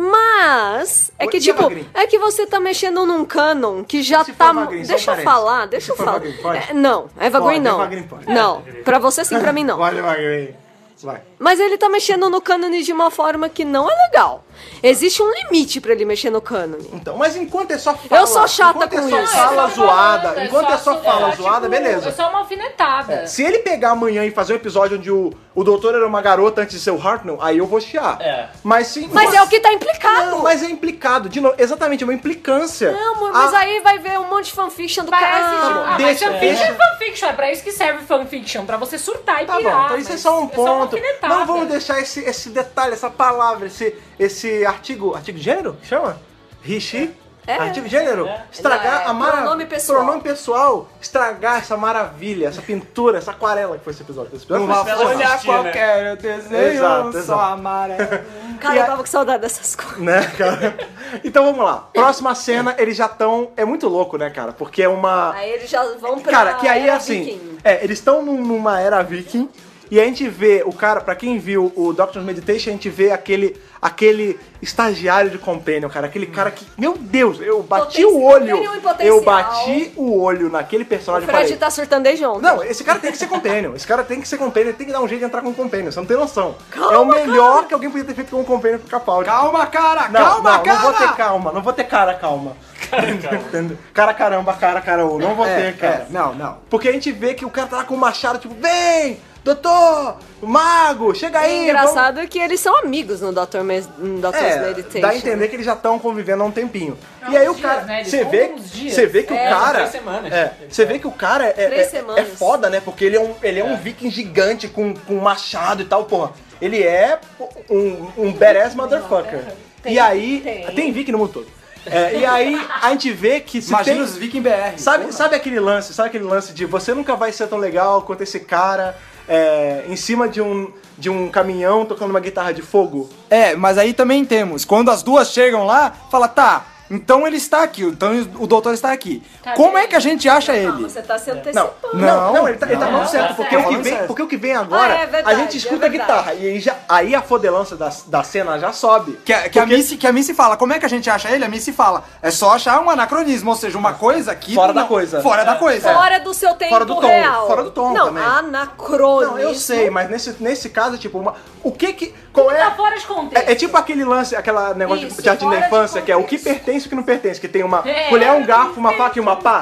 mas é que, E tipo, Eva Green? é que você tá mexendo num canon que já Se for tá. Eva Green, só Deixa eu parênteses. falar, deixa Se eu for falar. Eva Green, pode? Não, Eva Pode, Green não. Eva Green pode. Não, pra você sim, pra mim não. Olha, Magri. Vai. Mas ele tá mexendo no cânone de uma forma que não é legal. Existe um limite pra ele mexer no cânone. Então, mas enquanto é só fala... Eu sou chata enquanto com é só isso. fala É só zoada, falando, enquanto é só fala tipo, zoada, beleza. É só uma alfinetada. Se ele pegar amanhã e fazer um episódio onde o doutor era uma garota antes de ser o Hartnell, aí eu vou chiar. É. Mas sim... Mas é o que tá implicado. Não, mas é implicado. De novo, exatamente, é uma implicância. Não, amor, mas aí vai ver um monte de fanfiction do Parece, cara. tipo, mas deixa- fanfiction é fanfiction, é pra isso que serve fanfiction, pra você surtar e Tá pirar. bom, então isso é mas só um uma ponto. alfinetada. Não vamos deixar esse detalhe, essa palavra, esse artigo de gênero? Chama? Rishi? Artigo de gênero? Estragar Não, a maravilha. pronome pessoal. Pronome pessoal. Estragar essa maravilha, essa pintura, essa aquarela que foi esse episódio. Esse episódio Uma foi Bela folha assistir, né? qualquer, eu desenho Exato, só exato. amarelo. Cara, eu tava com saudade dessas coisas. né, cara? Então vamos lá. Próxima cena, eles já estão... É muito louco, né, cara? Porque é uma... Aí eles já vão pra Cara, que aí era assim, viking. eles estão numa era viking e a gente vê o cara, pra quem viu o Doctor's Meditation, a gente vê aquele estagiário de Companion, cara, aquele cara que, meu Deus, eu bati o olho, Companion em potencial. eu bati o olho naquele O personagem e Fred falei, tá surtando desde ontem. não, esse cara tem que ser Companion, ele tem que dar um jeito de entrar com Companion, você não tem noção. É o melhor que alguém podia ter feito com um Companion pro Capaldi. Calma, cara, Não, calma, não, cara! não vou ter calma, não vou ter calma. Entendeu? Cara caramba, cara, não vou ter, cara. Não. Porque a gente vê que o cara tá lá com o machado, tipo, vem, doutor, mago, chega aí. É engraçado que eles são amigos no Doctor's Meditation. Dá a entender que eles já estão convivendo há um tempinho. E aí o uns cara, dias, né? Eles você estão vê, uns dias. você vê que o cara, 3 semanas. você vê que o cara 3 semanas. é foda, né? Porque ele é um viking gigante com machado e tal, porra. Ele é um badass motherfucker. E aí, tem viking no mundo todo. E aí a gente vê que se Imagina tem... os Viking BR. Sabe aquele lance de você nunca vai ser tão legal quanto esse cara em cima de um caminhão tocando uma guitarra de fogo? Mas aí também temos, quando as duas chegam lá, fala, tá, então ele está aqui, então o doutor está aqui. Cadê Como é que a ele? gente acha ele? Você tá se antecipando. Não, ele tá falando certo, porque certo. o que vem agora, Ah, é verdade, a gente escuta a é verdade. guitarra, e aí a fodelância da cena já sobe. Que a Missy fala, como é que a gente acha ele? A Missy fala, é só achar um anacronismo, ou seja, uma coisa que... Fora da coisa. Fora da coisa. Fora do seu tempo Fora do tom, real. fora do tom não, também. anacronismo. Não, eu sei, mas nesse caso, tipo, qual é... Tá fora de contexto. É tipo aquele lance, aquele negócio Isso, de jardim da fora de infância, que é o que contexto. pertence e o que não pertence, que tem uma colher, um garfo, uma faca e uma pá.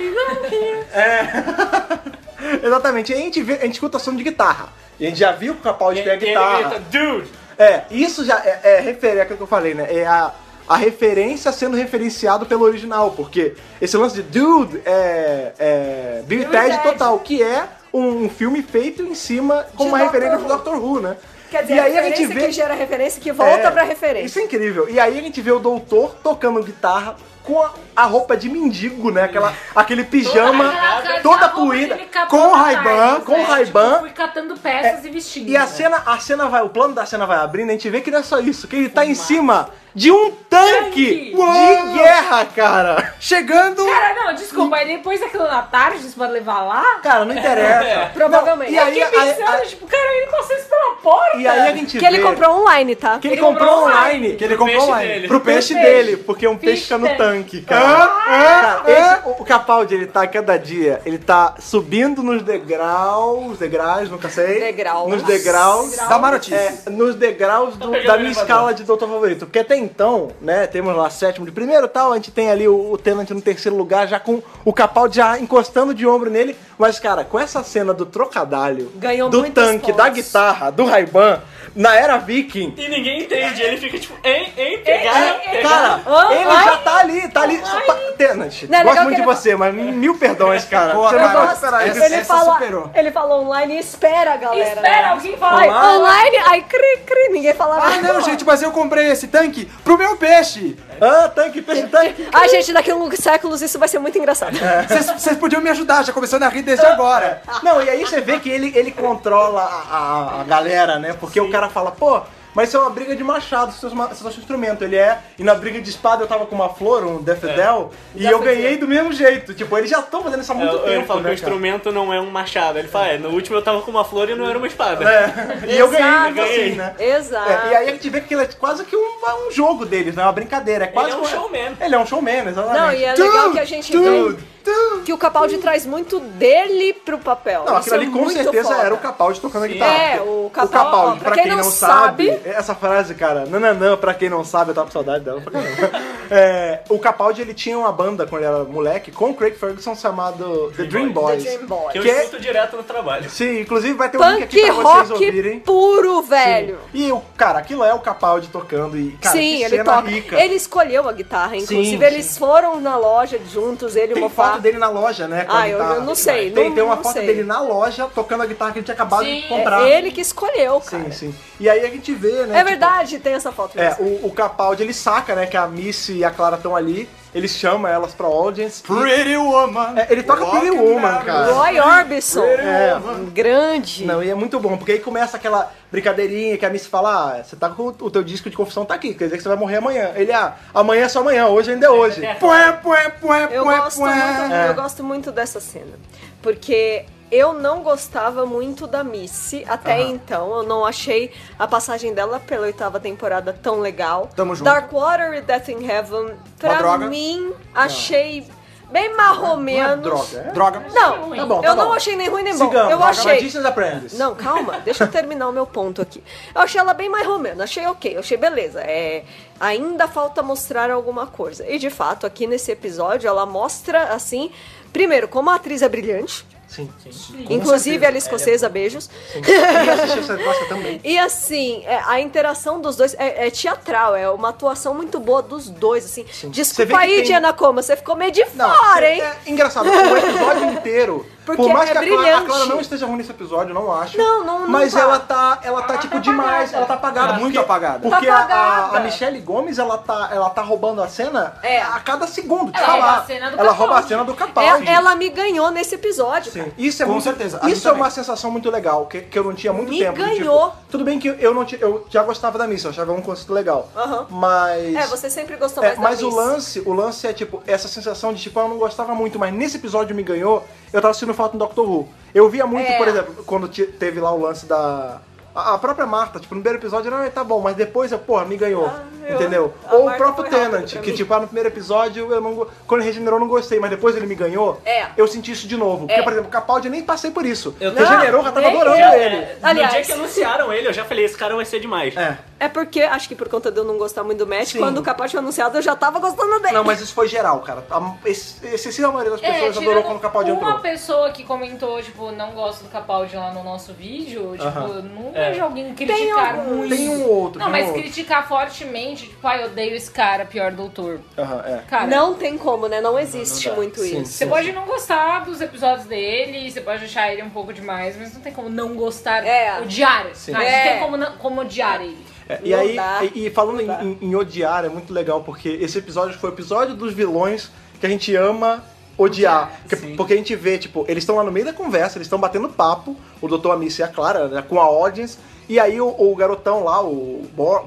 Exatamente, e a gente escuta som de guitarra. E a gente já viu que o Capaldi tem a E ele guitarra. grita, dude! Isso já é referência, aquilo que eu falei, né? É a referência sendo referenciado pelo original, porque esse lance de Dude é Bill e Ted total, que é um filme feito em cima com De uma Doctor referência Who. do Doctor Who, né? Quer dizer, e aí a a gente referência vê que gera referência que volta pra referência. Isso é incrível. E aí a gente vê o doutor tocando guitarra com a roupa de mendigo, né? Aquele pijama toda puída, com Ray-Ban, com Ray-Ban. Fui catando peças e vestindo. E a cena vai, o plano da cena vai abrindo, a gente vê que não é só isso, que ele tá em cima de um tanque de guerra, cara. Chegando... Cara, não, desculpa, aí depois daquilo na tarde, você pode levar lá? Cara, não interessa. Provavelmente. E aí, Eu fiquei pensando, tipo, cara, ele passou isso pela suporta. E aí a gente Que ele vê comprou online, tá? que ele comprou online. Que ele comprou peixe online. dele. Pro peixe dele, porque um peixe fica no tanque, cara. Cara, o Capaldi, ele tá cada dia, ele tá subindo nos degraus, nunca sei. Degraus. Nos degraus. Da Marotice. Nos degraus pegando da o minha elevador. escala de doutor favorito. Porque até então, né, temos lá sétimo de primeiro e tal, a gente tem ali o Tennant no terceiro lugar, já com o Capaldi já encostando de ombro nele. Mas, cara, com essa cena do trocadalho, Ganhou do muitos tanque, pontos. da guitarra, do Ray-Ban, na era viking, E ninguém entende, ele fica tipo, pegaram. cara, ele já tá ali. Tennant, Não, é legal gosto que muito de ele você, mas mil perdões, cara. Pô, Você não cara, pode esperar isso. essa superou. Ele fala online e espera a galera. Espera, né? alguém fala. Ai, Online. online, aí cri, ninguém fala nada. Ah, não, gente, mas eu comprei esse tanque pro meu peixe. Ah, tanque, peixe, tanque. Ai, gente, daqui a uns séculos isso vai ser muito engraçado. Vocês podiam me ajudar, já começando a rir desde agora. Não, e aí você vê que ele controla a galera, né? Porque o cara fala, pô, mas isso é uma briga de machado, seu instrumento. Ele é. E na briga de espada eu tava com uma flor, um Daffodil, e eu ganhei do mesmo jeito. Tipo, eles já estão fazendo isso há muito tempo. Ele fala que né, o instrumento não é um machado. Ele fala, no último eu tava com uma flor e não era uma espada. cara? E eu ganhei Exato. mesmo assim, né? Exato. E aí a gente vê que ele é quase que um jogo deles, né? Uma brincadeira. É quase Ele é um showman. Ele é um showman, exatamente. Não, e é legal que a gente vê que o Capaldi traz muito dele pro papel. Não, Isso aquilo é ali com muito certeza foda. era o Capaldi tocando a guitarra. É, porque o Capaldi, ó, pra quem não sabe, essa frase, cara, não, pra quem não sabe, eu tava com saudade dela pra caramba. O Capaldi, ele tinha uma banda quando ele era moleque, com o Craig Ferguson, chamado The Dream Boys. The Dream Boys. Que eu Que é- escuto direto no trabalho. Sim, inclusive vai ter um link aqui Punk pra vocês rock ouvirem. puro, velho. E, cara, aquilo é o Capaldi tocando e, cara, Sim, que ele cena toca. rica. Ele escolheu a guitarra, inclusive Sim, eles sim. foram na loja juntos, ele e o Tem Mofá. foto dele na loja, né? com a Ah, eu guitarra. não sei, Tem uma não foto sei. dele na loja tocando a guitarra que ele tinha acabado de Sim. comprar. É ele que escolheu, cara. Sim, sim. E aí a gente vê, né? É tipo, verdade, tem essa foto mesmo. o Capaldi, ele saca, né, que a Missy e a Clara estão ali, ele chama elas pra audience. Pretty Woman. Ele toca Pretty Woman, cara. Roy Orbison, É. um grande. Não, e é muito bom, porque aí começa aquela brincadeirinha que a Missy fala, você tá com o teu disco de confissão tá aqui, quer dizer que você vai morrer amanhã. Ele, amanhã é só amanhã, hoje ainda é hoje. Eu gosto muito dessa cena, porque eu não gostava muito da Missy até então. Eu não achei a passagem dela pela 8ª temporada tão legal. Tamo junto. Darkwater e Death in Heaven, pra droga. mim, achei bem marromenos. Droga, é? Droga. Não, Tá bom, tá eu não bom. achei nem ruim nem bom. Sigamos, Eu achei. Magician's Apprentice. Não, calma, deixa eu terminar o meu ponto aqui. Eu achei ela bem mais romana, achei ok, eu achei beleza. Ainda falta mostrar alguma coisa. E de fato, aqui nesse episódio, ela mostra, assim, primeiro, como a atriz é brilhante. Sim. Inclusive ela é escocesa, beijos. E assistiu essa gosta também. E assim, a interação dos dois é teatral, é uma atuação muito boa dos dois, assim. Você vê Desculpa que aí, tem- Diana Coma, você ficou meio de Não, fora, hein? É engraçado, o episódio inteiro, Porque por mais é que a brilhante. Clara não esteja ruim nesse episódio, eu não acho. Não Mas tá. ela tá tipo demais, ela tá apagada. Muito porque- apagada. Porque Tá apagada. a Michelle Gomes, ela tá roubando a cena a cada segundo de Ela falar. rouba a cena do Ela rouba a Capaldi. cena do Capaldi. Ela me ganhou nesse episódio, Sim. cara. Isso é Com muito, certeza. A mim Isso é também. uma sensação muito legal, que eu não tinha há muito Me tempo. do ganhou. Tipo, tudo bem que eu já gostava da Missy, eu achava um conceito legal. Aham. Mas. Você sempre gostou mais da Mas Miss. o lance é tipo, essa sensação de tipo, eu não gostava muito, mas nesse episódio me ganhou, eu tava assistindo falta no Doctor Who. Eu via muito, por exemplo, quando teve lá o lance da. A própria Marta, tipo, no primeiro episódio, não, tá bom, mas depois, me ganhou. Entendeu? a Ou o Marta próprio foi rápido Tennant, pra que mim. tipo, no primeiro episódio, quando ele regenerou, eu não gostei, mas depois ele me ganhou, eu senti isso de novo. Porque, por exemplo, o Capaldi, eu nem passei por isso. Regenerou, eu já tava nem adorando eu. ele. Aliás- No dia que anunciaram ele, eu já falei, esse cara vai ser demais. É porque, acho que por conta de eu não gostar muito do Matt, Sim. quando o Capaldi foi anunciado, eu já tava gostando dele. Não, mas isso foi geral, cara. A excessiva maioria das pessoas adorou quando o Capaldi uma entrou. pessoa que comentou, tipo, não gosto do Capaldi lá no nosso vídeo, tipo, não vejo alguém criticar alguns. muito. Tem um outro. Não, tem mas um outro. criticar fortemente, tipo, eu odeio esse cara, pior doutor. É. Cara, Não tem como, né? Não existe muito Sim, isso. você pode não gostar dos episódios dele, você pode achar ele um pouco demais, mas não tem como não gostar, odiar. Sim. Não tem como odiar ele. E Não aí, dá. e falando Não dá. em odiar, é muito legal, porque esse episódio foi o episódio dos vilões que a gente ama odiar. Porque a gente vê, tipo, eles estão lá no meio da conversa, eles estão batendo papo, o Dr. Amici e a Clara, né, com a audience, e aí o garotão lá, o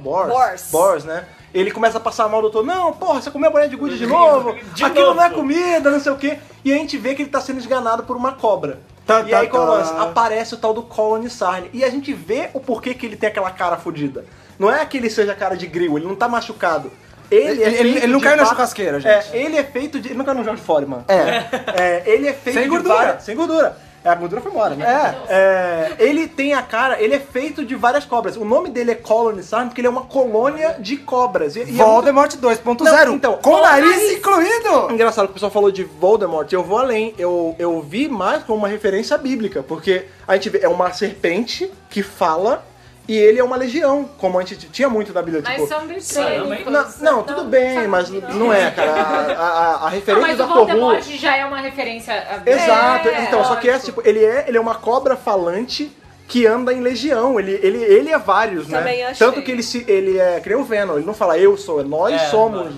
Bors, né? Ele começa a passar mal, o doutor, não, porra, você comeu a bolinha de gude de novo, aquilo não é comida, não sei o quê. E a gente vê que ele tá sendo esganado por uma cobra. E aí, qual é o lance? Aparece o tal do Colony Sarn. E a gente vê o porquê que ele tem aquela cara fodida. Não é que ele seja cara de grill, ele não tá machucado. Ele não caiu na churrasqueira, gente. Ele é feito de... Ele não caiu no Jorge Foreman. Ele é feito sem de gordura. Sem gordura. A gordura foi embora, né? Ele tem a cara... Ele é feito de várias cobras. O nome dele é Colony Sarn porque ele é uma colônia de cobras. Voldemort 2.0. Então, com nariz incluído. Engraçado que o pessoal falou de Voldemort. Eu vou além. Eu vi mais como uma referência bíblica. Porque a gente vê... É uma serpente que fala... E ele é uma legião, como a gente tinha muito na Bíblia. Mas tipo, são britânicos. Não, tudo bem, mas não é, cara. A referência mas da o Voldemort Corru... já é uma referência a Exato, então, só que tipo, ele é uma cobra falante que anda em legião. Ele é vários, Também né? achei. Tanto que ele é que nem o Venom, ele não fala eu sou, nós somos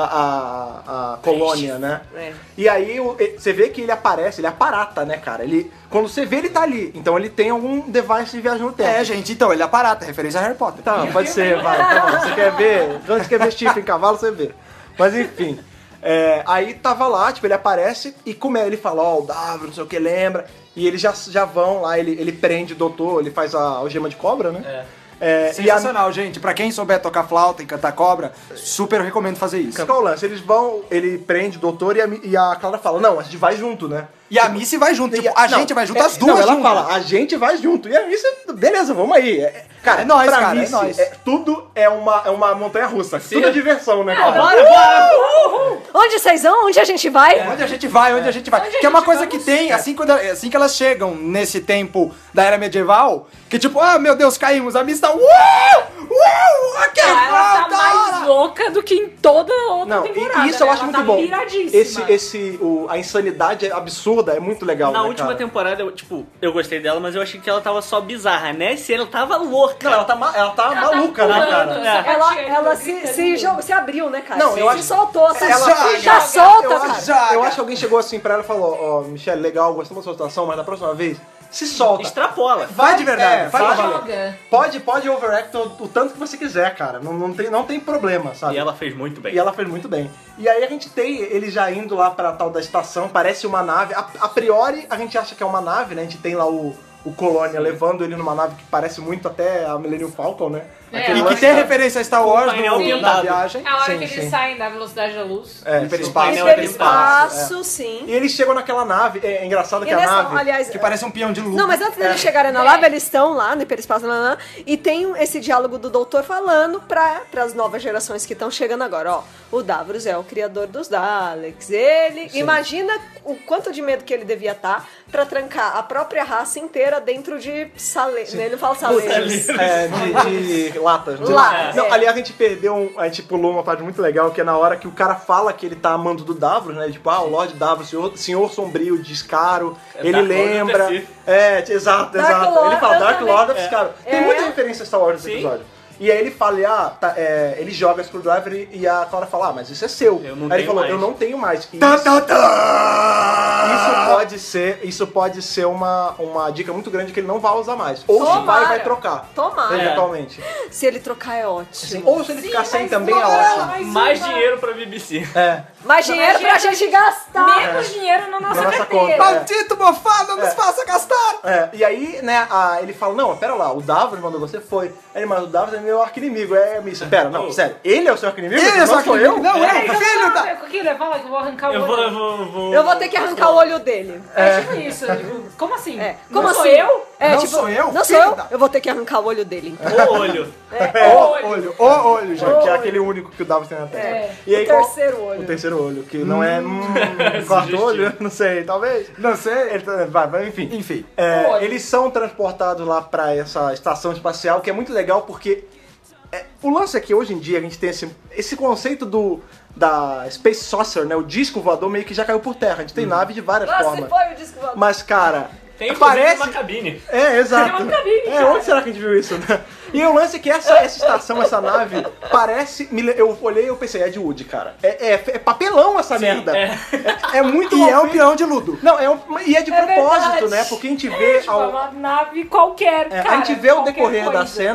a colônia, né? E aí você vê que ele aparece, ele aparata, né, cara? Quando você vê, ele tá ali. Então ele tem algum device de viagem no tempo. Gente, então, ele aparata, referência a Harry Potter. Tá, pode ser, vai. Tá, você quer ver? Quando você quer ver chifre em cavalo, você vê. Mas enfim. Aí tava lá, tipo, ele aparece e como ele fala, o Davros, não sei o que, lembra. E eles já vão lá, ele prende o doutor, ele faz a algema de cobra, né? Sensacional, gente. Pra quem souber tocar flauta e cantar cobra, super recomendo fazer isso. Qual o lance? Ele prende o doutor e a Clara fala, não, a gente vai junto, né? E a Missy vai junto, tipo, a gente vai junto, as duas Não, ela juntas. fala, a gente vai junto. E a Missy, beleza, vamos aí. Cara, É nóis, pra cara, Missy, é nóis. tudo é uma montanha-russa. Tudo é diversão, né, cara? Bora! Onde vocês vão? Onde a gente vai? Onde a gente vai, onde a gente vai. Que é uma coisa que tem, assim que elas chegam nesse tempo da era medieval, que tipo, meu Deus, caímos, a Missy tá, aqui Ela tá mais louca do que em toda outra Não, temporada. e isso eu né? acho Ela muito tá bom. piradíssima. A insanidade absurda é muito legal, Na né, última cara? temporada, eu gostei dela, mas eu achei que ela tava só bizarra. Nesse ela tava louca. Não, ela tá maluca, né, pulando, cara? Ela se abriu, né, cara? Não, eu se acho- soltou. ela- Já solta, Eu cara. acho, eu acho que alguém chegou assim pra ela e falou, Michelle, legal, gostamos da sua situação, mas da próxima vez, se solta. Extrapola. Vai de verdade, vai vai. valer. Pode overact o tanto que você quiser, cara. Não tem problema, sabe? E ela fez muito bem. E ela fez muito bem. E aí a gente tem ele já indo lá pra tal da estação, parece uma nave. A priori a gente acha que é uma nave, né? A gente tem lá o Colônia levando ele numa nave que parece muito até a Millennium Falcon, né? Aquele E que lance tem da- referência a Star Wars painel na pintado. viagem. É a hora Sim, que eles sim. saem da velocidade da luz. Hiperespaço. painel Hiperespaço, sim. E eles chegam naquela nave, é engraçado que E a nessa, nave... aliás, Que parece um peão de luz. não, mas antes deles chegarem na nave, eles estão lá no hiperespaço, e tem esse diálogo do doutor falando para as novas gerações que estão chegando agora, ó. O Davros é o criador dos Daleks. Imagina o quanto de medo que ele devia estar pra trancar a própria raça inteira dentro de saleiros. Ele não fala saleiros. de latas, né? Latas, Não, é. aliás, a gente pulou uma parte muito legal, que é na hora que o cara fala que ele tá amando do Davros, né? Tipo, o Lord Davros, senhor sombrio, descaro, ele Dark Lord lembra... of the Sith. Exato. Lord, Ele fala eu Dark também. Lord of Scaro. Tem muita referência a Star Wars nesse Sim. episódio. E aí ele fala, ele joga a Screwdriver e a Clara fala, mas isso é seu. Eu não Aí ele tenho falou, mais. eu não tenho mais. E isso pode ser uma dica muito grande que ele não vai usar mais. Ou se Tomara. vai trocar. Tomara. Eventualmente. Se ele trocar é ótimo. Assim, ou se ele ficar sem também é ótimo. Mais dinheiro pra BBC. Mais dinheiro pra gente gastar. Menos dinheiro na nossa Na nossa carteira. conta. Maldito mofado, nos faça gastar! E aí, né, ele fala, não, pera lá, o Davros mandou você, foi. Aí ele, mas o Davros é meu arqui-inimigo, Missa. Pera, não, sério, ele é o seu arqui-inimigo? Ele é Não só sou que eu? não é, Peraí, filho da... Killer, fala que eu vou arrancar o Eu olho. vou... Eu vou ter que arrancar o olho dele. É tipo isso. Tipo, como assim? Como Não assim? sou eu? Não sou eu? Não sou Filho eu. da- Eu vou ter que arrancar o olho dele. O olho. O olho, gente. Que é aquele único que o Davros tem na testa. É. E aí, O terceiro olho. O terceiro olho, que não é quarto Sugestivo. olho, não sei, talvez. Não sei. Vai, enfim. Enfim. Olho. Eles são transportados lá pra essa estação espacial, que é muito legal porque o lance é que hoje em dia a gente tem esse conceito da Space Saucer, né? O disco voador meio que já caiu por terra. A gente tem nave de várias Lá se formas. foi o disco voador. Mas, cara, Tem inclusive parece... uma cabine. Exato. Tem uma cabine, cara. Onde será que a gente viu isso, né? E o lance é que essa estação, essa nave, parece... Eu olhei e eu pensei, é de Wood, cara. É papelão essa merda. É muito E mal é um feito. peão de ludo. Não, e é de propósito, verdade. né? Porque a gente vê... Tipo, é uma nave qualquer, cara. a gente vê o qualquer decorrer da coisa. cena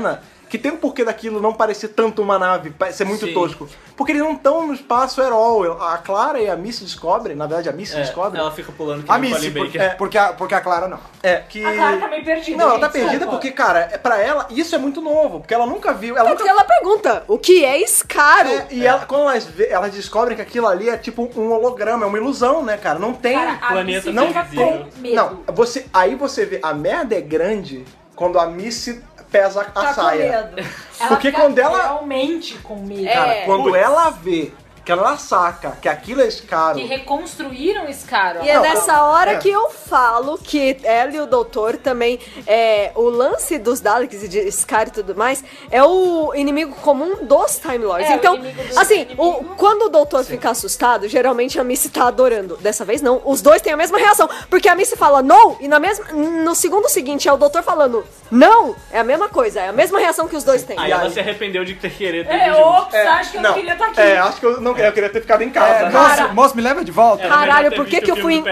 que tem um porquê daquilo não parecer tanto uma nave, ser muito Sim. tosco. Porque eles não estão no espaço at all. A Clara e a Missy descobrem, na verdade a Missy descobre. Ela fica pulando que A nem o Missy, Colin Baker. porque a Clara não. Que... A Clara tá meio perdida. Não, ela tá gente, perdida desculpa. porque, cara, pra ela, isso é muito novo, porque ela nunca viu. Ela Porque nunca... ela pergunta, o que é Scaro? E ela, quando elas descobrem que aquilo ali é tipo um holograma, é uma ilusão, né, cara? Não tem. Cara, a Planeta Missy não fica visível. com medo. Não, aí você vê, a merda é grande quando a Missy pesa a Tá com saia. medo. Ela Porque fica quando ela- realmente com medo. Cara, É. quando ela vê que ela saca que aquilo é Scaro. Que reconstruíram Scaro. E é Não, nessa hora é. que eu falo que ela e o doutor também, o lance dos Daleks e de Scar e tudo mais, é o inimigo comum dos Time Lords. É, o Então, inimigo dos assim, inimigos. quando o doutor fica assustado, geralmente a Missy tá adorando. Dessa vez não, os dois têm a mesma reação. Porque a Missy fala não, e no segundo seguinte é o doutor falando não, é a mesma coisa, é a mesma reação que os dois têm. Aí ela se arrependeu de ter querido ter Ops, acho que eu não queria estar aqui. Acho que eu queria ter ficado em casa. Moço, me leva de volta. Caralho, por que que eu fui...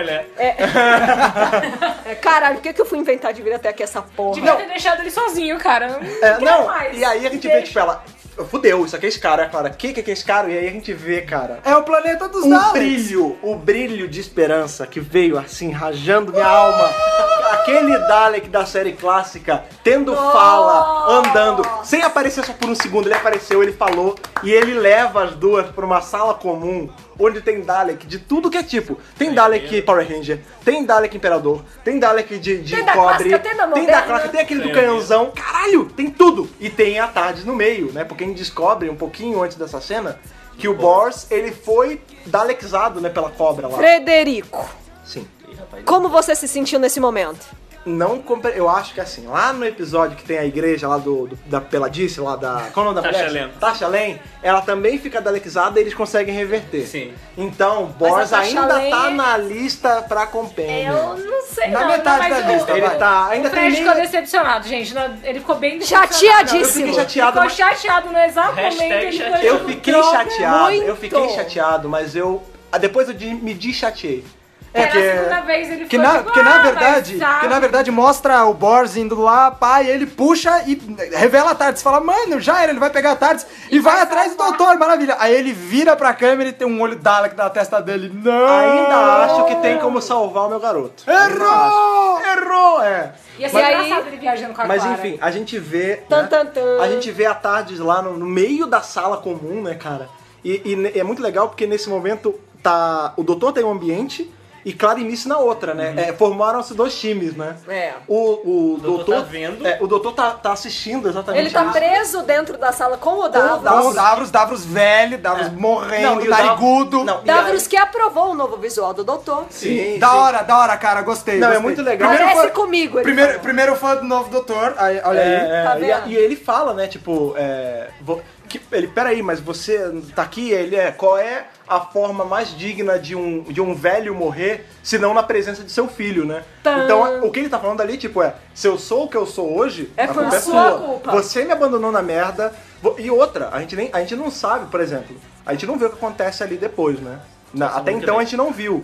Caralho, por que eu fui inventar de vir até aqui essa porra? Devia ter deixado ele sozinho, cara. Não quero Não, mais. e aí a gente vê, tipo, ela. Fudeu, isso aqui é Scaro, é Clara. O que é Scaro? E aí a gente vê, cara. É o planeta dos Um Daleks. o brilho de esperança que veio assim, rajando minha alma. Aquele Dalek da série clássica, tendo fala, andando, sem aparecer só por um segundo, ele apareceu, ele falou, e ele leva as duas pra uma sala comum, onde tem Dalek de tudo que é tipo. Tem Dalek Power Ranger, tem Dalek Imperador, tem Dalek de Tem da cobre, clássica, tem da tem da moderna. clássica, tem aquele do Tem canhãozão, caralho, tem tudo. E tem a Tardes no meio, né, porque a gente descobre um pouquinho antes dessa cena que o Bors, ele foi Dalekizado, né, pela cobra lá. Frederico, Sim. como você se sentiu nesse momento? Não eu acho que assim, lá no episódio que tem a igreja lá da Peladice, lá da... Qual é o nome da Tasha mulher? Len. Tasha Len, ela também fica dalekizada e eles conseguem reverter. Sim. Então, Mas Bors a Tasha ainda Len- tá na lista pra companion. não sei Na metade da lista, Ele vai. tá... Ainda O tem Fred ficou meio... decepcionado, gente. Ele ficou bem decepcionado. Chateadíssimo. Eu fiquei chateado, Ficou mas... chateado no exato Hashtag momento. Ele chateado. Eu foi fiquei droga. chateado, eu muito. fiquei chateado, mas eu... Depois eu me deschateei. É, na segunda vez ele Que foi na, tipo, que, na mas verdade, sabe? que na verdade mostra o Bors indo lá, pai, ele puxa e revela a Tardes. Fala, mano, já era, ele vai pegar a Tardes e vai atrás do doutor, maravilha. Aí ele vira pra câmera e tem um olho Dalek na testa dele. Não! Ainda acho que tem como salvar o meu garoto. Errou! Errou, é. Ia ser E aí- engraçado ele viajando com a Mas Clara. enfim, a gente vê. Tan, né? tan, tan. A gente vê a Tardes lá no meio da sala comum, né, cara? E é muito legal porque nesse momento tá. O doutor tem um ambiente e Clara e Missy na outra, né? Formaram-se dois times, né? É. O doutor. tá vendo. O doutor tá assistindo exatamente Ele tá isso. preso dentro da sala com o Davros. Davros. Davros velho, Davros morrendo, e o narigudo. Não, e Davros aí- que aprovou o novo visual do doutor. Sim, Da sim. hora, cara, gostei. Não, é gostei. muito legal. Parece comigo, ele falou. Primeiro fã do novo doutor, aí, olha aí. Tá vendo? E ele fala, né, tipo, peraí, mas você tá aqui, qual é a forma mais digna de um velho morrer, se não na presença de seu filho, né? Tã. Então, o que ele tá falando ali, tipo, se eu sou o que eu sou hoje, É a por culpa é sua sua. culpa. Você me abandonou na merda. E outra, a gente não sabe, por exemplo, a gente não vê o que acontece ali depois, né? Até muito então bem. a gente não viu.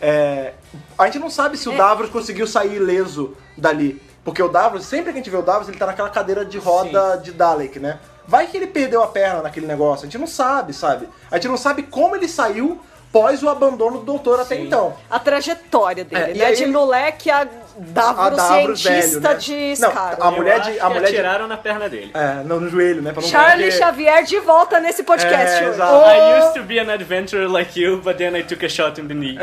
A gente não sabe se o Davros conseguiu sair ileso dali. Porque o Davros, sempre que a gente vê o Davros, ele tá naquela cadeira de roda de Dalek, né? Vai que ele perdeu a perna naquele negócio, a gente não sabe, sabe? A gente não sabe como ele saiu pós o abandono do doutor até Sim. então. A trajetória dele, E né? aí De ele- moleque a Davros cientista velho, né? de Não, Scaro. a mulher de- Eu acho a que mulher de- atiraram na perna dele. No joelho, né? Pra não Charlie porque- Xavier de volta nesse podcast hoje. exato. I used to be an adventurer like you, but then I took a shot in the knee.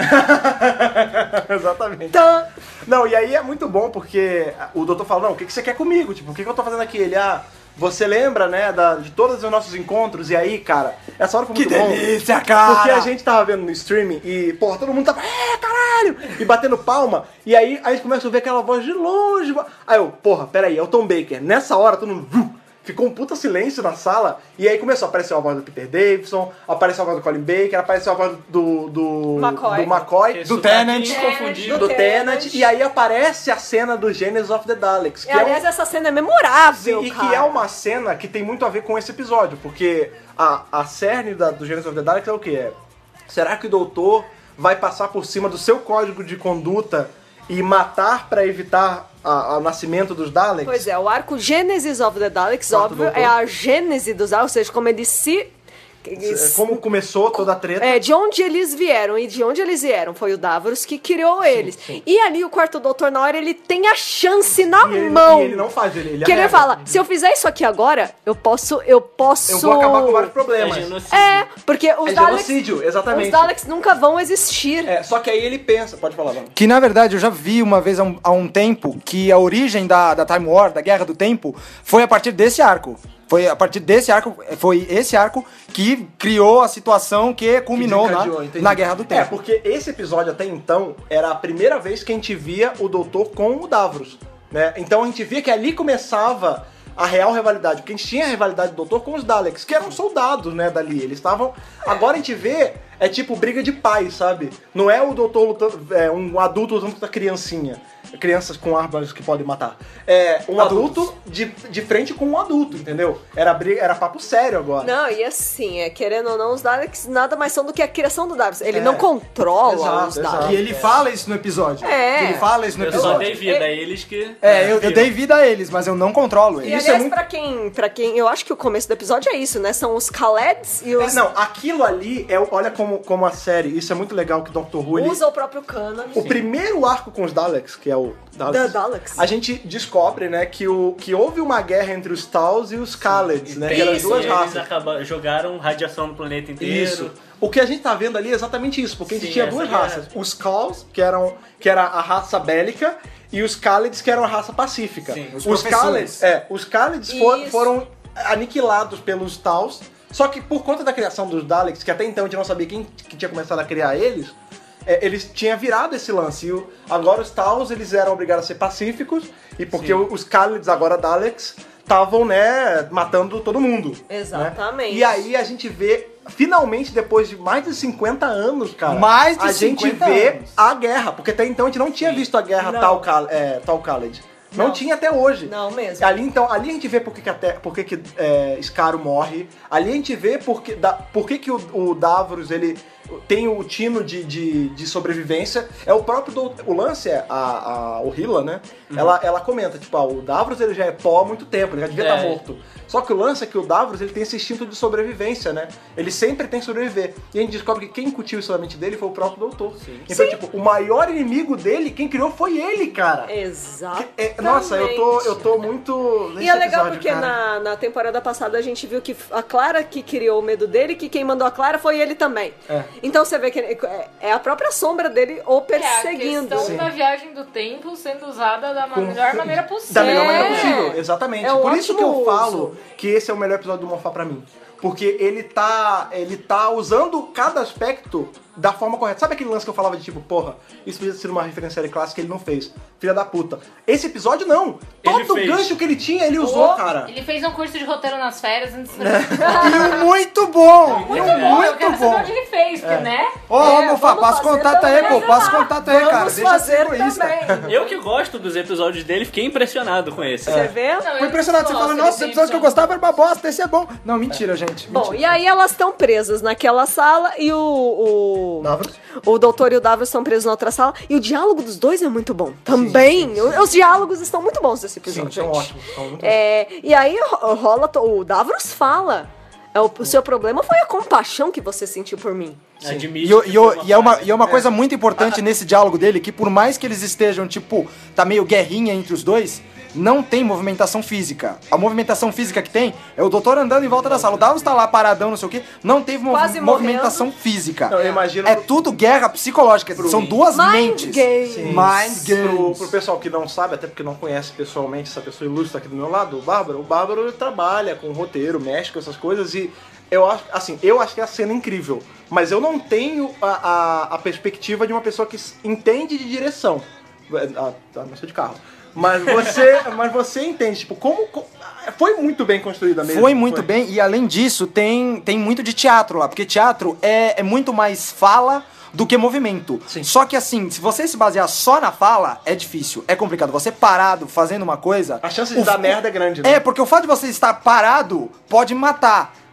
Exatamente. Tan. Não, e aí é muito bom porque o doutor fala, não, o que você quer comigo? Tipo, o que eu tô fazendo aqui? Ele, você lembra, né, de todos os nossos encontros? E aí, cara, essa hora foi Que muito bom. delícia, cara! Porque a gente tava vendo no streaming e, porra, todo mundo tava, caralho! E batendo palma. E aí a gente começa a ouvir aquela voz de longe. Aí eu, porra, peraí, é o Tom Baker. Nessa hora, todo mundo... Ficou um puta silêncio na sala. E aí começou a aparecer a voz do Peter Davison, apareceu a voz do Colin Baker, apareceu a voz do McCoy, Do Tennant. Confundido. do Tennant. E aí aparece a cena do Genesis of the Daleks. Que Aliás, essa cena é memorável, e cara. que é uma cena que tem muito a ver com esse episódio, porque a cerne do Genesis of the Daleks é o que? Será que o doutor vai passar por cima do seu código de conduta e matar pra evitar o nascimento dos Daleks. Pois é, o arco Genesis of the Daleks, Quarto óbvio, doutor. é a gênese dos Daleks, ou seja, como eles se... Como começou toda a treta. De onde eles vieram, e de onde eles vieram foi o Davros que criou eles. sim. E ali o quarto doutor, na hora, ele tem a chance na E mão. ele não faz, ele Que ele arrega. fala, se eu fizer isso aqui agora, eu posso... Eu vou acabar com vários problemas. Porque os É Daleks... genocídio, exatamente. Os Daleks nunca vão existir. Só que aí ele pensa... Pode falar, Vamos. Que na verdade eu já vi uma vez há um tempo que a origem da Time War, da Guerra do Tempo, foi a partir desse arco. Foi a partir desse arco, foi esse arco que criou a situação que culminou Desencadeou, entendi. na Guerra do Tempo. Porque esse episódio até então era a primeira vez que a gente via o Doutor com o Davros, né? Então a gente via que ali começava a real rivalidade, porque a gente tinha a rivalidade do Doutor com os Daleks, que eram soldados, né, dali. Eles estavam... Agora a gente vê, é tipo briga de pais, sabe? Não é o Doutor lutando, um adulto lutando com a criancinha. Crianças com armas que podem matar. É um adulto de frente com um adulto, entendeu? Era papo sério agora. Não, e assim, querendo ou não, os Daleks nada mais são do que a criação do Davros. Ele não controla Exato, os Daleks. exato. E ele fala isso no episódio. É. Ele fala isso no Eu só episódio. dei vida a eles que... Eu dei vida a eles, mas eu não controlo E eles. Isso é aliás, muito- pra quem... Eu acho que o começo do episódio é isso, né? São os Khaleds e os... Não, aquilo ali, olha como a série, isso é muito legal que o Dr. Who, ele- Usa o próprio canon. o primeiro arco com os Daleks, que é o The Daleks. a gente descobre, né, que houve uma guerra entre os Tals e os Kaleds, né, que eram as duas Eles raças. jogaram radiação no planeta inteiro. Isso. O que a gente tá vendo ali é exatamente isso, porque a gente Sim, tinha essa duas guerra. raças. Os Kals, que era a raça bélica, e os Kaleds, que eram a raça pacífica. Sim, os Kaleds, os Kaleds Isso. foram aniquilados pelos Tals, só que por conta da criação dos Daleks, que até então a gente não sabia quem que tinha começado a criar eles, eles tinham virado esse lance. E agora os Tals, eles eram obrigados a ser pacíficos, e porque os Kaleds, agora Daleks, estavam, né, matando todo mundo. Exatamente. Né? E aí a gente vê, finalmente, depois de mais de 50 anos, cara, Mais de a gente 50 vê anos. a guerra, porque até então a gente não tinha visto a guerra Tal Khaled. Não tinha até hoje. Não mesmo. Ali a gente vê por que Skaro morre. Ali a gente vê por que o Davros, ele tem o tino de sobrevivência. É o próprio... O lance é o Hila, né? Ela comenta, tipo, o Davros ele já é pó há muito tempo, ele já devia estar morto. Só que o lance é que o Davros ele tem esse instinto de sobrevivência, né? Ele sempre tem que sobreviver. E a gente descobre que quem incutiu isso na mente dele foi o próprio Doutor. Então, tipo, o maior inimigo dele, quem criou foi ele, cara. Exato. Nossa, eu tô muito... E nesse é legal episódio, porque cara. na temporada passada a gente viu que a Clara que criou o medo dele, que quem mandou a Clara foi ele também. Então você vê que é a própria sombra dele o perseguindo. É a questão da viagem do tempo sendo usada da melhor maneira possível. Da melhor maneira possível, exatamente. É um Por isso que eu ótimo falo uso. que esse é o melhor episódio do Mofá pra mim. Porque ele tá usando cada aspecto da forma correta. Sabe aquele lance que eu falava de tipo, porra, isso podia ser uma referência à clássica, ele não fez. Filha da puta. Esse episódio não. Todo fez. gancho que ele tinha, ele usou, cara. Ele fez um curso de roteiro nas férias antes de E muito bom! Muito bom, eu quero Muito saber bom! onde ele fez, porque, né? Ô, Mofá, vamos passa o fazer contato aí, também. pô. Passa o contato aí, cara. Vamos Deixa de ser fazer egoísta. também. Eu que gosto dos episódios dele, fiquei impressionado com esse. Você vê? Não, Foi eu impressionante. Você gosto fala, de nossa, os episódios que eu Simpsons. gostava eram uma bosta, esse é bom. Não, mentira, gente. Bom, Mentira. e aí elas estão presas naquela sala e o doutor e o Davros estão presos na outra sala. E o diálogo dos dois é muito bom. Também. Os diálogos estão muito bons nesse episódio, São gente. ótimos, são muito E aí rola... O Davros fala... O seu problema foi a compaixão que você sentiu por mim. Admite E, que e, foi e é uma, falha. e é uma coisa muito importante nesse diálogo dele, que por mais que eles estejam, tipo, tá meio guerrinha entre os dois, não tem movimentação física. A movimentação física que tem é o doutor andando em volta da sala. O Davos tá lá paradão, não sei o quê. Não teve Quase movimentação física. Não, eu imagino É tudo guerra psicológica. São duas Mind mentes. games. Mind games. Pro pessoal que não sabe, até porque não conhece pessoalmente essa pessoa ilustre aqui do meu lado, o Bárbaro trabalha com roteiro, mexe com essas coisas e eu acho que é a cena incrível, mas eu não tenho a perspectiva de uma pessoa que entende de direção. Não sou de carro. Mas você entende, tipo, como foi muito bem construída mesmo. Foi muito bem, e além disso, tem muito de teatro lá, porque teatro é muito mais fala do que movimento. Sim. Só que assim, se você se basear só na fala, é difícil, é complicado. Você parado fazendo uma coisa... A chance de dar merda é grande, né? É, porque o fato de você estar parado pode matar.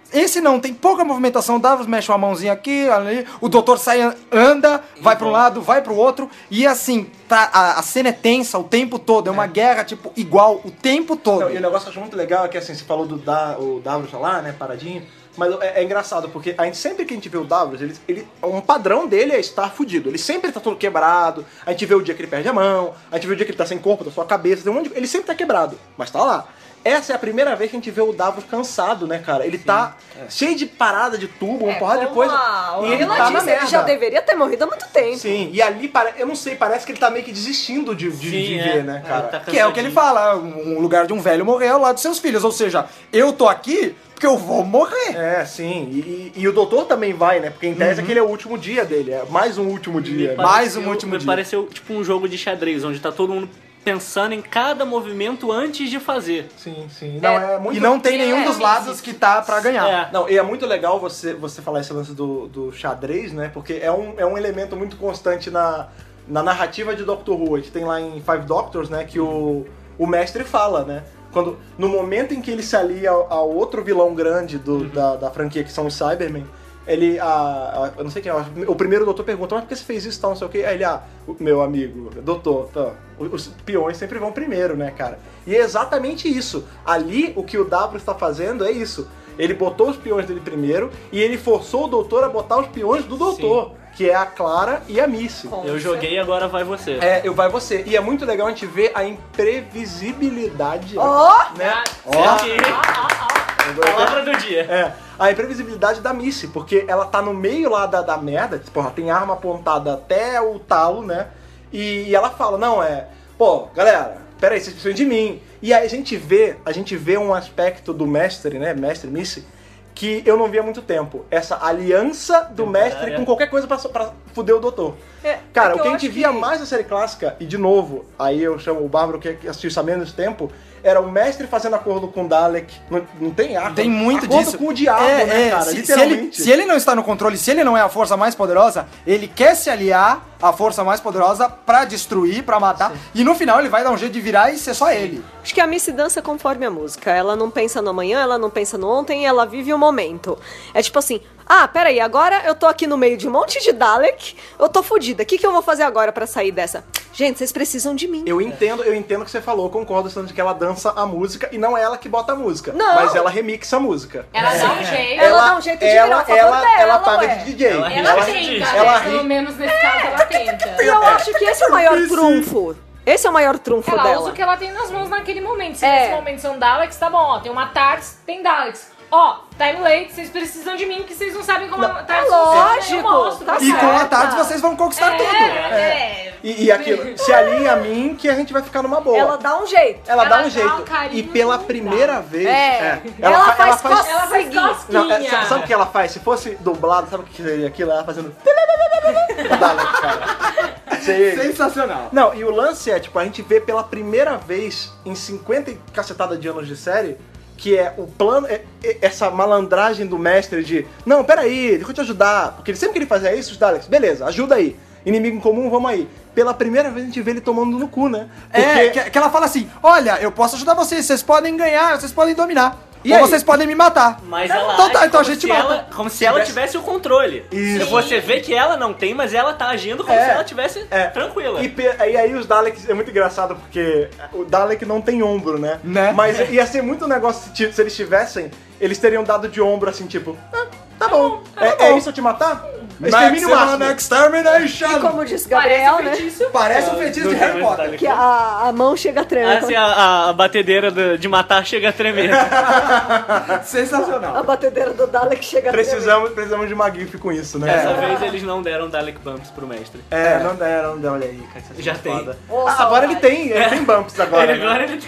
Esse não, tem pouca movimentação, o Davros mexe uma mãozinha aqui, ali, o doutor sai, anda, vai pra um lado, vai pro outro, e assim, a cena é tensa o tempo todo, é uma guerra, tipo, igual o tempo todo. Não, e o negócio que eu acho muito legal é que, assim, você falou o Davros lá, né, paradinho, mas é engraçado, porque a gente, sempre que a gente vê o Davros, um padrão dele é estar fudido. Ele sempre tá todo quebrado, a gente vê o dia que ele perde a mão, a gente vê o dia que ele tá sem corpo, da sua cabeça, ele sempre tá quebrado, mas tá lá. Essa é a primeira vez que a gente vê o Davros cansado, né, cara? Ele tá cheio de parada de tubo, uma porrada de coisa. E ele tá na merda. Ele já deveria ter morrido há muito tempo. Sim, e ali, eu não sei, parece que ele tá meio que desistindo de viver, né, cara? Tá Que é o que ele fala, um lugar de um velho morrer ao lado dos seus filhos. Ou seja, eu tô aqui porque eu vou morrer. É, sim. E o doutor também vai, né? Porque em tese aquele é o último dia dele. É mais um último dia. Me pareceu tipo um jogo de xadrez, onde tá todo mundo pensando em cada movimento antes de fazer. Sim, sim. Não, é muito... E não tem nenhum dos lados que tá pra ganhar. É. Não, e é muito legal você falar esse lance do xadrez, né? Porque é um elemento muito constante na narrativa de Doctor Who. A gente tem lá em Five Doctors, né? Que o mestre fala, né? No momento em que ele se alia ao outro vilão grande da franquia, que são os Cybermen, ele, eu não sei quem é, o primeiro doutor pergunta, mas por que você fez isso, tal, não sei o quê? Aí ele, meu amigo, doutor, tá, os peões sempre vão primeiro, né, cara? E é exatamente isso. Ali, o que o Davros está fazendo é isso. Ele botou os peões dele primeiro e ele forçou o doutor a botar os peões do doutor. Sim. Que é a Clara e a Missy. Eu joguei, agora vai você. Vai você. E é muito legal a gente ver a imprevisibilidade. Né? Palavra do dia. A imprevisibilidade da Missy, porque ela tá no meio lá da merda, porra, tem arma apontada até o talo, né? E ela fala, galera, peraí, vocês precisam de mim. E aí a gente vê um aspecto do mestre, né, mestre Missy, que eu não vi há muito tempo. Essa aliança do mestre com qualquer coisa pra fuder o doutor. Cara, o que a gente via mais na série clássica, e de novo, aí eu chamo o Bárbaro que assistiu isso há menos tempo, era o mestre fazendo acordo com o Dalek. Não tem arco. Tem muito acordo disso. Com o diabo, né, cara? Literalmente. Se ele não está no controle, se ele não é a força mais poderosa, ele quer se aliar à força mais poderosa pra destruir, pra matar. Sim. E no final ele vai dar um jeito de virar e ser só ele. Acho que a Missy dança conforme a música. Ela não pensa no amanhã, ela não pensa no ontem, ela vive o momento. É tipo assim, peraí, agora eu tô aqui no meio de um monte de Dalek, eu tô fodida. O que eu vou fazer agora pra sair dessa? Gente, vocês precisam de mim. Eu entendo o que você falou, concordo, de que ela dança a música e não é ela que bota a música. Não. Mas ela remixa a música. Ela dá um jeito. Ela dá um jeito de virar a favor dela, ela paga de DJ. Ela tenta, pelo menos nesse caso ela tenta. E eu acho que esse é o maior trunfo. Esse é o maior trunfo dela. Ela usa o que ela tem nas mãos naquele momento. Se nesse momento são Daleks, tá bom. Tem uma TARDIS, tem Daleks. Time late, vocês precisam de mim, que vocês não sabem como a TARDIS funciona. Eu mostro. Tá e com a TARDIS vocês vão conquistar tudo. E aquilo, se alinha a mim que a gente vai ficar numa boa. Ela dá um jeito. Ela dá um Um jeito. carinho E pela primeira vez... Ela faz cosquinha. Não, sabe o que ela faz? Se fosse dublado, sabe o que seria aquilo? Ela fazendo... Sensacional. Não, e o lance é, a gente vê pela primeira vez em 50 e cacetada de anos de série, que é o plano, essa malandragem do mestre de, não, peraí, deixa eu te ajudar, porque sempre que ele fazia isso, os Daleks, beleza, ajuda aí, inimigo em comum, vamos aí. Pela primeira vez a gente vê ele tomando no cu, né? Porque... que ela fala assim, olha, eu posso ajudar vocês, vocês podem ganhar, vocês podem dominar. E ou aí? vocês podem me matar. Mas ela então tá, age então a como gente se mata. como se ela tivesse o controle. Isso. Você vê que ela não tem, mas ela tá agindo como se ela tivesse tranquila. E aí os Daleks, é muito engraçado porque o Dalek não tem ombro, né? Mas ia ser muito um negócio se eles tivessem, eles teriam dado de ombro assim, tipo, tá bom. É isso eu te matar? Extermínio máximo. Extermination. E como disse Gabriel, né? Parece um feitiço de Harry Potter. Que a mão chega a tremer. Assim, a batedeira de matar chega a tremer. Sensacional. A batedeira do Dalek chega a tremer. Precisamos de uma gif com isso, né? Dessa vez eles não deram Dalek Bumps pro mestre. Não deram, olha aí, cara. Já tem. Foda. Agora ele tem bumps agora. Agora ele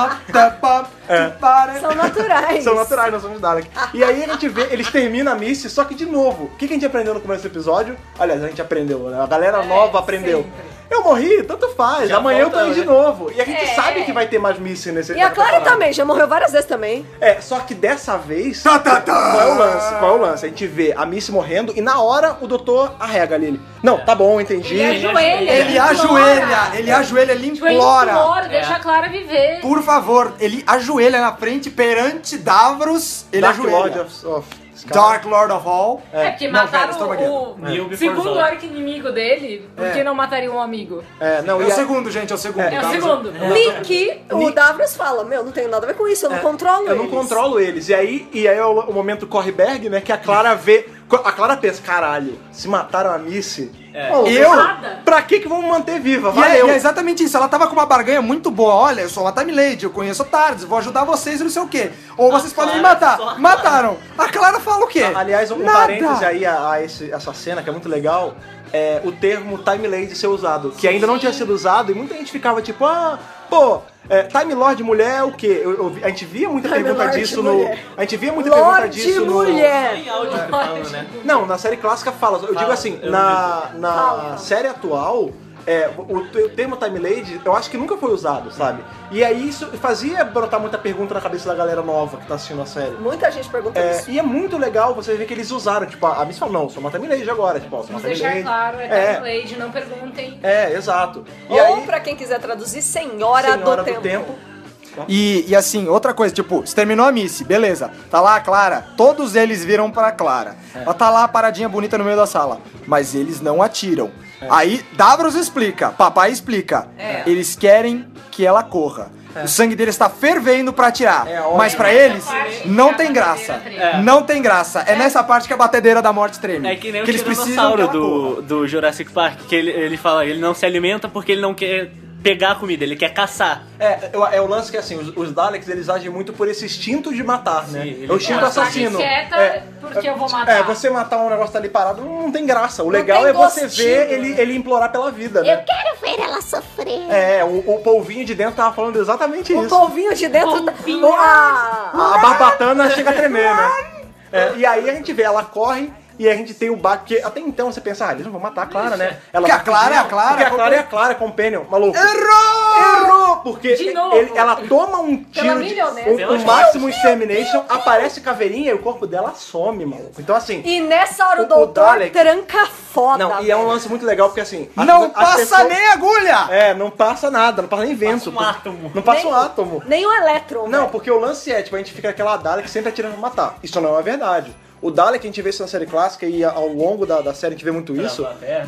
São naturais. São naturais, não são de Dalek. E aí a gente vê, eles terminam a Missy, só que de novo, o que a gente aprendeu no começo do episódio? Aliás, a gente aprendeu, né? A galera nova aprendeu. Sempre. eu morri, tanto faz, Já amanhã eu tô volta, aí de né? novo. E a gente sabe que vai ter mais Missy nesse E a Clara também, já morreu várias vezes também. Só que dessa vez, qual é o lance? Qual é o lance? A gente vê a Missy morrendo e na hora o doutor arrega ali. Ele, não, tá bom, entendi. Ele ajoelha. Ele ajoelha, ele implora. Deixa a Clara viver. Por favor, ele ajoelha na frente perante Davros, ele Dark ajoelha. Lord of Dark Lord of All. Porque Não, mataram pera, o Neil before segundo Zod. arqui-inimigo dele, por que não mataria um amigo? Não, É e o a- segundo, gente, é o segundo. É o segundo. Nick, o Davros fala, meu, não tenho nada a ver com isso, eu não controlo eu não eles. controlo eles. E aí é o momento Correberg, né? Que a Clara vê. A Clara pensa, caralho, se mataram a Missy. Nada. Pra que vamos manter viva? E é Valeu. exatamente isso, ela tava com uma barganha muito boa. Olha, eu sou uma Time Lady, eu conheço Tardes, vou ajudar vocês e não sei o quê. Ou vocês podem me matar. Mataram. A Clara fala o quê? Aliás, um Nada. parêntese aí a essa cena que é muito legal. É o termo Time Lady ser usado, que ainda não tinha sido usado e muita gente ficava tipo, Time Lord mulher é o quê? A gente via muita Time pergunta Lord disso mulher. A gente via muita pergunta Lorde disso mulher. Tem áudio que fala, né? Não, na série clássica fala. Eu digo assim, eu na Fala. série atual, o termo Time Lady, eu acho que nunca foi usado, sabe? E aí isso fazia brotar muita pergunta na cabeça da galera nova que tá assistindo a série. Muita gente pergunta isso. E é muito legal você ver que eles usaram, tipo, a Miss fala, não, sou uma Time Lady agora, tipo, sou uma Vamos Time deixar Lady. claro, é Time Lady, não perguntem. Exato. E Ou, aí, pra quem quiser traduzir, Senhora Senhora do do Tempo. Tempo. E assim, outra coisa, tipo, se terminou a Missy, beleza. Tá lá a Clara, todos eles viram pra Clara. Ela tá lá paradinha bonita no meio da sala. Mas eles não atiram. Aí Davros explica, papai explica. Eles querem que ela corra. O sangue deles está fervendo pra atirar. Mas pra eles, não tem graça. Não tem graça. É nessa parte que a batedeira da morte treme. É que nem o eles tiranossauro que ela corra. do Jurassic Park, que ele fala, ele não se alimenta porque ele não quer pegar a comida, ele quer caçar. É o lance que assim, os Daleks eles agem muito por esse instinto de matar, né? Sim, É o instinto assassino. Quieta, porque eu vou matar. Você matar um negócio tá ali parado não tem graça. O legal tem é você gostinho. ver ele implorar pela vida, né? Quero ver ela sofrer. O polvinho de dentro tava falando exatamente O isso. polvinho de dentro... Polvinho. A barbatana chega a tremer, né? E aí a gente vê, ela corre e a gente tem o Bach, porque até então você pensa, eles não vão matar a Clara, né? Porque a Clara é a Clara. Porque a Clara é a Clara, companion, maluco. Errou! Porque De novo. ela toma um Pela tiro de milionésima. um máximo extermination, aparece caveirinha e o corpo dela some, maluco. Então assim, E nessa hora o O doutor Dalek- tranca foda. não, e é um lance muito legal porque assim, Não as passa pessoas- nem agulha! não passa nada, não passa nem vento. um átomo. Não passa Nem- um átomo. Nem o elétron. Não, velho. porque o lance é, tipo, a gente fica naquela Dalek sempre atirando pra matar. Isso não é verdade. O Dalek a gente vê isso na série clássica e ao longo da série a gente vê muito isso.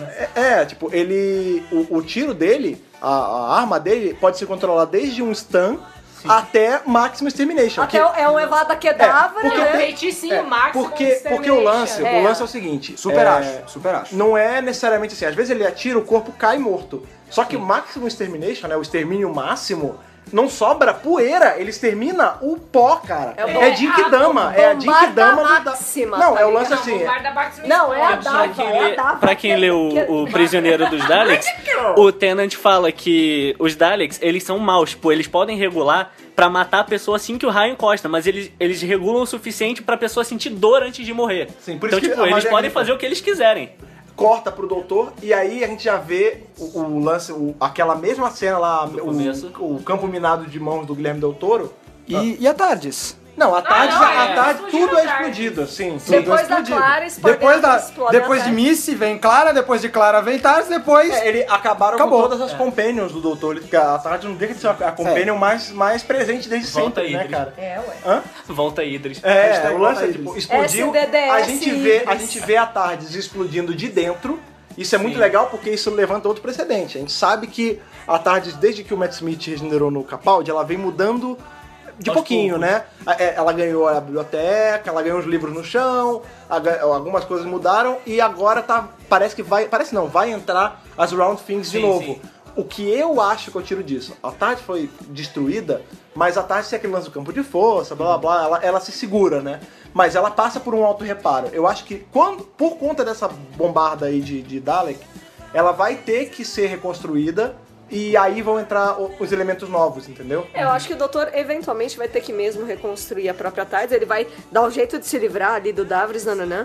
Tipo, ele. O tiro dele, a arma dele, pode ser controlada desde um stun até Maximum Extermination. Até é um Evada Kedavra, porque né? tem- Feiticinho máximo. porque o lance é o seguinte. Super acho. Não é necessariamente assim. Às vezes ele atira, o corpo cai morto. Só que o Maximum Extermination, né? O extermínio máximo. Não sobra poeira, ele extermina o pó, cara. É Jinkidama, é a Jinkidama do máxima, Não, tá é o lance ligado? assim. Não, é a Pra Dava, quem, é a Dava. pra quem lê o Prisioneiro dos Daleks, o Tennant fala que os Daleks, eles são maus, pô, eles podem regular pra matar a pessoa assim que o raio encosta, mas eles regulam o suficiente pra pessoa sentir dor antes de morrer. Sim, por então, isso que tipo, a eles Margarita- podem fazer o que eles quiserem. Corta pro doutor e aí a gente já vê o lance, aquela mesma cena lá, começo. o campo minado de mãos do Guilherme Del Toro. E a Tardes? Não, à tarde, não, à tarde explodiu tudo é à tarde. explodido, assim. Tudo Depois é da explodido. Clara, explode Depois de Missy vem Clara, depois de Clara vem Tardes, depois... Ele acabaram Acabou. com todas as companions do doutor. Porque a tarde não deixa de ser a companion mais presente desde Volta sempre, aí, né, Idris. cara? É, ué. Hã? Volta aí, Idris. É, o lance é, volta aí, tipo, Idris. explodiu, SDDS a Idris. gente vê a Tardes explodindo de dentro. Isso é muito Sim. legal porque isso levanta outro precedente. A gente sabe que a Tardes, desde que o Matt Smith regenerou no Capaldi, ela vem mudando de Aos pouquinho, poucos. né? Ela ganhou a biblioteca, ela ganhou os livros no chão, algumas coisas mudaram e agora vai entrar as Round Things de Sim, novo. sim. O que eu acho que eu tiro disso? A Tarde foi destruída, mas a Tarde tem aquele lance do campo de força, blá blá blá, ela se segura, né? Mas ela passa por um auto-reparo. Eu acho que por conta dessa bombarda aí de Dalek, ela vai ter que ser reconstruída e aí vão entrar os elementos novos, entendeu? Eu acho que o doutor eventualmente vai ter que mesmo reconstruir a própria TARDIS. Ele vai dar um jeito de se livrar ali do Davros,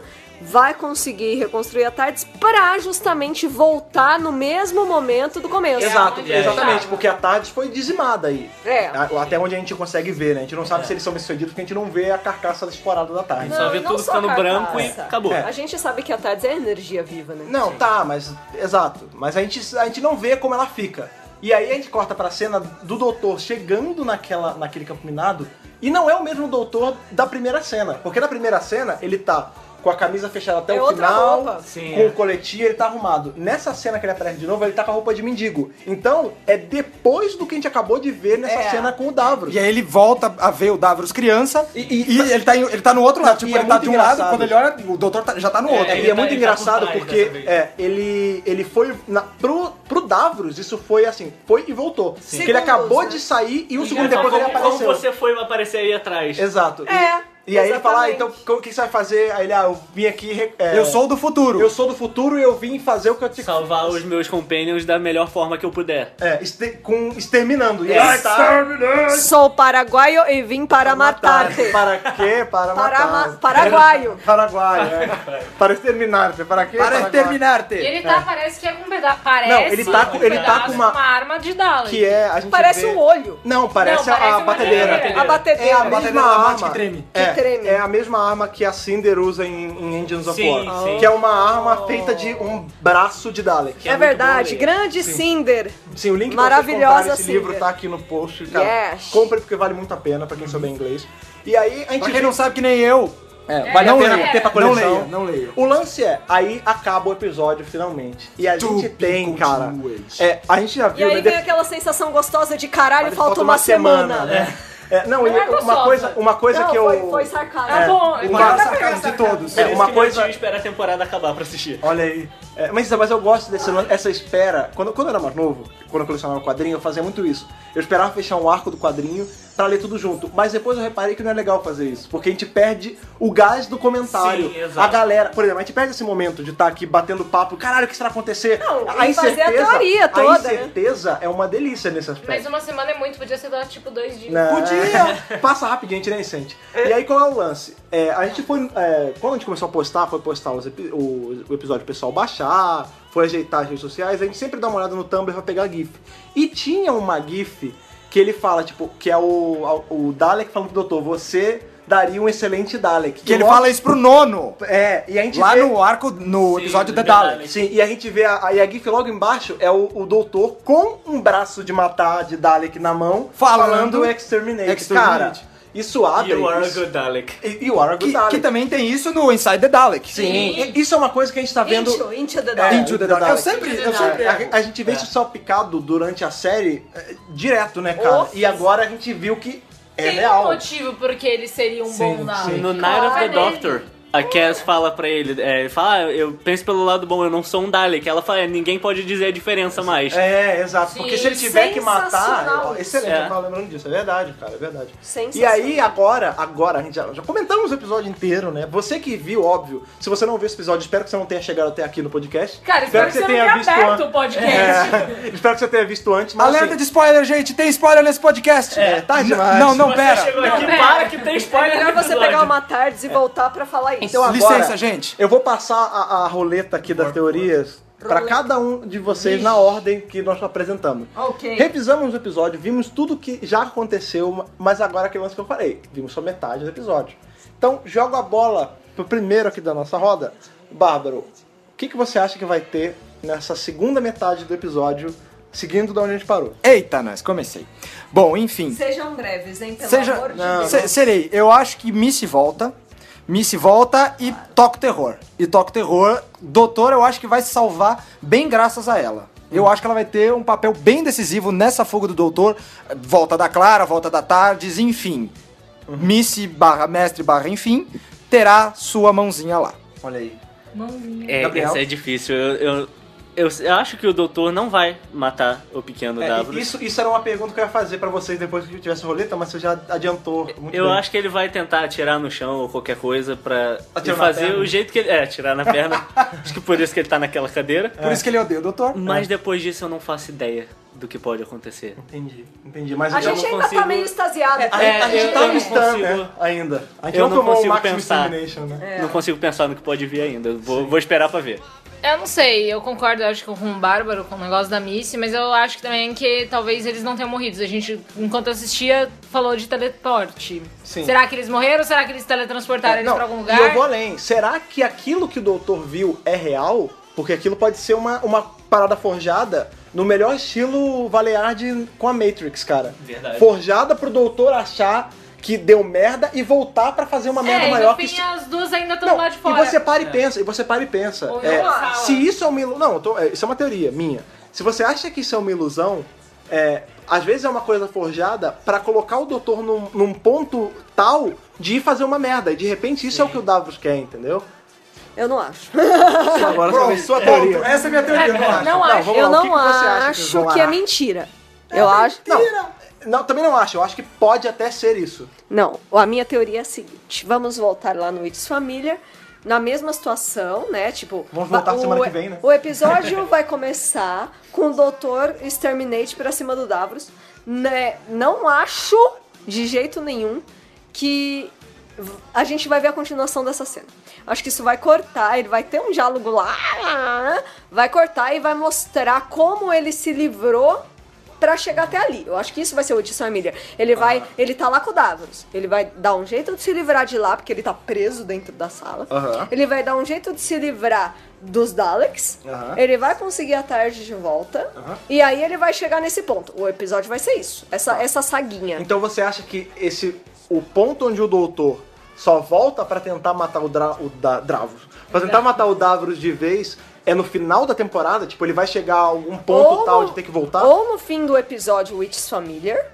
vai conseguir reconstruir a TARDIS pra justamente voltar no mesmo momento do começo. Exato, É, exatamente, porque a TARDIS foi dizimada aí. É. Até onde a gente consegue ver, né? A gente não sabe se eles são bem-sucedidos porque a gente não vê a carcaça explorada da TARDIS. Só vê não tudo só ficando a branco e carcaça. acabou. A gente sabe que a TARDIS é energia viva, né? Não, tá, mas... Exato. Mas a gente não vê como ela fica. E aí a gente corta pra cena do doutor chegando naquele campo minado e não é o mesmo doutor da primeira cena. Porque na primeira cena ele tá com a camisa fechada até o outra final, roupa. Sim, com o coletinho, ele tá arrumado. Nessa cena que ele aparece de novo, ele tá com a roupa de mendigo. Então, é depois do que a gente acabou de ver nessa cena com o Davros. E aí ele volta a ver o Davros criança e ele tá no outro lado. Tipo, E é ele tá muito de um lado, engraçado. quando ele olha, o doutor já tá no outro. E é Ele muito tá engraçado por trás porque dessa vez. ele foi pro Davros, isso foi assim, foi e voltou. Porque ele Segundos, acabou né? de sair e um E segundo já depois ele como apareceu. você foi aparecer aí atrás? Exato. E aí ele fala, então o que você vai fazer? Aí ele, eu vim aqui... Eu sou do futuro. Eu sou do futuro e eu vim fazer o que eu tinha que Salvar os meus companions da melhor forma que eu puder. exterminando. E aí tá... Sou paraguaio e vim para matar-te. Para quê? Para matar. Paraguaio. Paraguaio, Para exterminar-te. Para quê? Para Paraguaio. exterminar-te. E ele tá, parece que é com um pedaço. Parece Não, ele tá com pedaço uma- arma de Dalek. Que é, a gente Parece vê... um olho. Não, parece, Não, parece a uma batedeira. batedeira. A batedeira. É a batedeira mesma da morte arma. que treme. Que treme. É a mesma arma que a Cinder usa em Engines of Sim, War. sim. Que é uma arma feita de um braço de Dalek. É verdade. Grande Cinder. Sim, o link pra vocês Maravilhosa comprarem esse livro Cinder. tá aqui no post. Cara, Yes. compre porque vale muito a pena pra quem souber inglês. E aí a gente Pra quem não sabe que nem eu, vale não a pena leia, ter pra não coleção. leia, não leia. O lance é, aí acaba o episódio finalmente. E a gente tem, cara. continues. A gente já E viu, aí né? vem aquela sensação gostosa de caralho, Mas falta uma semana. né? Não, Não e é gostosa. uma coisa Não, que eu... foi sarcasmo. Tá bom, O maior sarcasmo de todos. É, Por isso uma que coisa- meu tio espera a temporada acabar pra assistir. Olha aí. Mas eu gosto dessa espera. Quando eu era mais novo, quando eu colecionava quadrinho, eu fazia muito isso. Eu esperava fechar um arco do quadrinho pra ler tudo junto. Mas depois eu reparei que não é legal fazer isso. Porque a gente perde o gás do comentário. Sim, exato. A galera, por exemplo, a gente perde esse momento de estar aqui batendo papo. Caralho, o que será acontecer? Não, e fazer a teoria toda, A incerteza é uma delícia nesse Mas aspecto. uma semana é muito, podia ser dar tipo 2 dias. Não. Podia. Passa rapidinho, a gente nem sente. E aí qual é o lance? A gente foi. Quando a gente começou a postar, foi postar o episódio pro pessoal baixar, foi ajeitar as redes sociais, a gente sempre dá uma olhada no Tumblr pra pegar GIF. E tinha uma GIF que ele fala, tipo, que é o Dalek falando pro doutor, você daria um excelente Dalek. Que ele fala isso pro nono. E a gente Lá vê... no arco, no Sim, episódio do The The Dalek. Dalek. Sim, e a gente vê a GIF logo embaixo é o doutor com um braço de matar de Dalek na mão, Falando Exterminate. Cara, isso abre... You are a isso- good Dalek. You are a good Dalek. Que também tem isso no Inside the Dalek. Sim, isso é uma coisa que a gente tá vendo... Into the Dark. Into the Dalek. Eu sempre A gente vê isso salpicado durante a série direto, né, cara? Nossa. E agora a gente viu que é Tem real. um motivo porque ele seria um bom Dalek. No Night of the Claro. Doctor, a Cass fala pra ele, ele fala, eu penso pelo lado bom, eu não sou um Dalek. Ela fala, ninguém pode dizer a diferença mais. Exato. Sim, Porque se ele tiver que matar... sensacional. Excelente, É. eu tava lembrando disso. É verdade, cara, é verdade. Sensacional. E aí, agora a gente já comentamos o episódio inteiro, né? Você que viu, óbvio. Se você não viu esse episódio, espero que você não tenha chegado até aqui no podcast. Cara, espero que você não tenha aberto o podcast. Espero que você tenha visto antes, mas Alerta assim, de spoiler, gente. Tem spoiler nesse podcast. tá demais. Não, Você pera. chegou aqui, Não, para pera. que tem É spoiler melhor no você episódio. pegar uma tarde e voltar pra falar isso. Então agora, Licença, gente. eu vou passar a roleta aqui das teorias pra cada um de vocês na ordem que nós apresentamos. Ok. Revisamos o episódio, vimos tudo que já aconteceu, mas agora aquele lance que eu falei, vimos só metade do episódio. Então, jogo a bola pro primeiro aqui da nossa roda. Bárbaro, o que você acha que vai ter nessa segunda metade do episódio, seguindo da onde a gente parou? Eita, nós, comecei. Bom, enfim. Sejam breves, hein? Pelo amor de Deus. Serei. Eu acho que Missy volta e toca o terror. E toca o terror. Doutor, eu acho que vai se salvar bem graças a ela. Eu acho que ela vai ter um papel bem decisivo nessa fuga do doutor. Volta da Clara, volta da Tardes, enfim. Missy / mestre / enfim, terá sua mãozinha lá. Olha aí. Gabriel? Isso é difícil. Eu acho que o doutor não vai matar o pequeno Davros. Isso era uma pergunta que eu ia fazer pra vocês depois que tivesse roleta, mas você já adiantou muito Eu bem. acho que ele vai tentar atirar no chão ou qualquer coisa pra Atirar na fazer perna. o jeito que ele... atirar na perna. Acho que por isso que ele tá naquela cadeira. Por isso que ele odeia o doutor. Mas depois disso eu não faço ideia. do que pode acontecer. Entendi. Mas A eu gente não ainda consigo- tá meio extasiado. A gente tá eu no não Stan, consigo- né? Ainda. A gente eu não não tomou o consigo Maximum pensar. Extermination, né? Não consigo pensar no que pode vir ainda. Vou esperar pra ver. Eu não sei, eu concordo, acho que com o Bárbaro, com o negócio da Missy, mas eu acho que também que talvez eles não tenham morrido. A gente, enquanto assistia, falou de teleporte. Sim. Será que eles morreram ou será que eles teletransportaram eles Não, pra algum lugar? E eu vou além. Será que aquilo que o doutor viu é real? Porque aquilo pode ser uma parada forjada no melhor estilo Valeyard com a Matrix, cara. Verdade. Forjada pro doutor achar que deu merda e voltar pra fazer uma merda e maior no fim que... as duas ainda estão Não, lá de fora. e você para e pensa, Ou em uma sala. se isso é uma ilusão... Não, isso é uma teoria minha. Se você acha que isso é uma ilusão, às vezes é uma coisa forjada pra colocar o doutor num ponto tal de ir fazer uma merda. E de repente isso é o que o Davos quer, entendeu? Eu não acho. Agora você vê sua teoria. Essa é a minha teoria, eu não acho. Não acho. vamos Eu lá, o que não você acha acho eles vão que é arar? mentira. Eu acho. Não, também não acho. Eu acho que pode até ser isso. Não, a minha teoria é a seguinte: vamos voltar lá no Witch's Família, na mesma situação, né? Tipo, Vamos voltar semana que vem, né? O episódio vai começar com o Dr. Exterminate pra cima do Davros. Né? Não acho, de jeito nenhum, que a gente vai ver a continuação dessa cena. Acho que isso vai cortar, ele vai ter um diálogo lá, vai cortar e vai mostrar como ele se livrou pra chegar até ali. Eu acho que isso vai ser o Witch's Família. Ele tá lá com o Davros. Ele vai dar um jeito de se livrar de lá, porque ele tá preso dentro da sala. Aham. Ele vai dar um jeito de se livrar dos Daleks. Aham. Ele vai conseguir a tarde de volta. E aí ele vai chegar nesse ponto. O episódio vai ser isso. Essa saguinha. Então você acha que o ponto onde o doutor só volta pra tentar matar o Davros, pra tentar matar o Davros de vez, é no final da temporada? Tipo, ele vai chegar a algum ponto tal de ter que voltar? Ou no fim do episódio Witch's Familiar.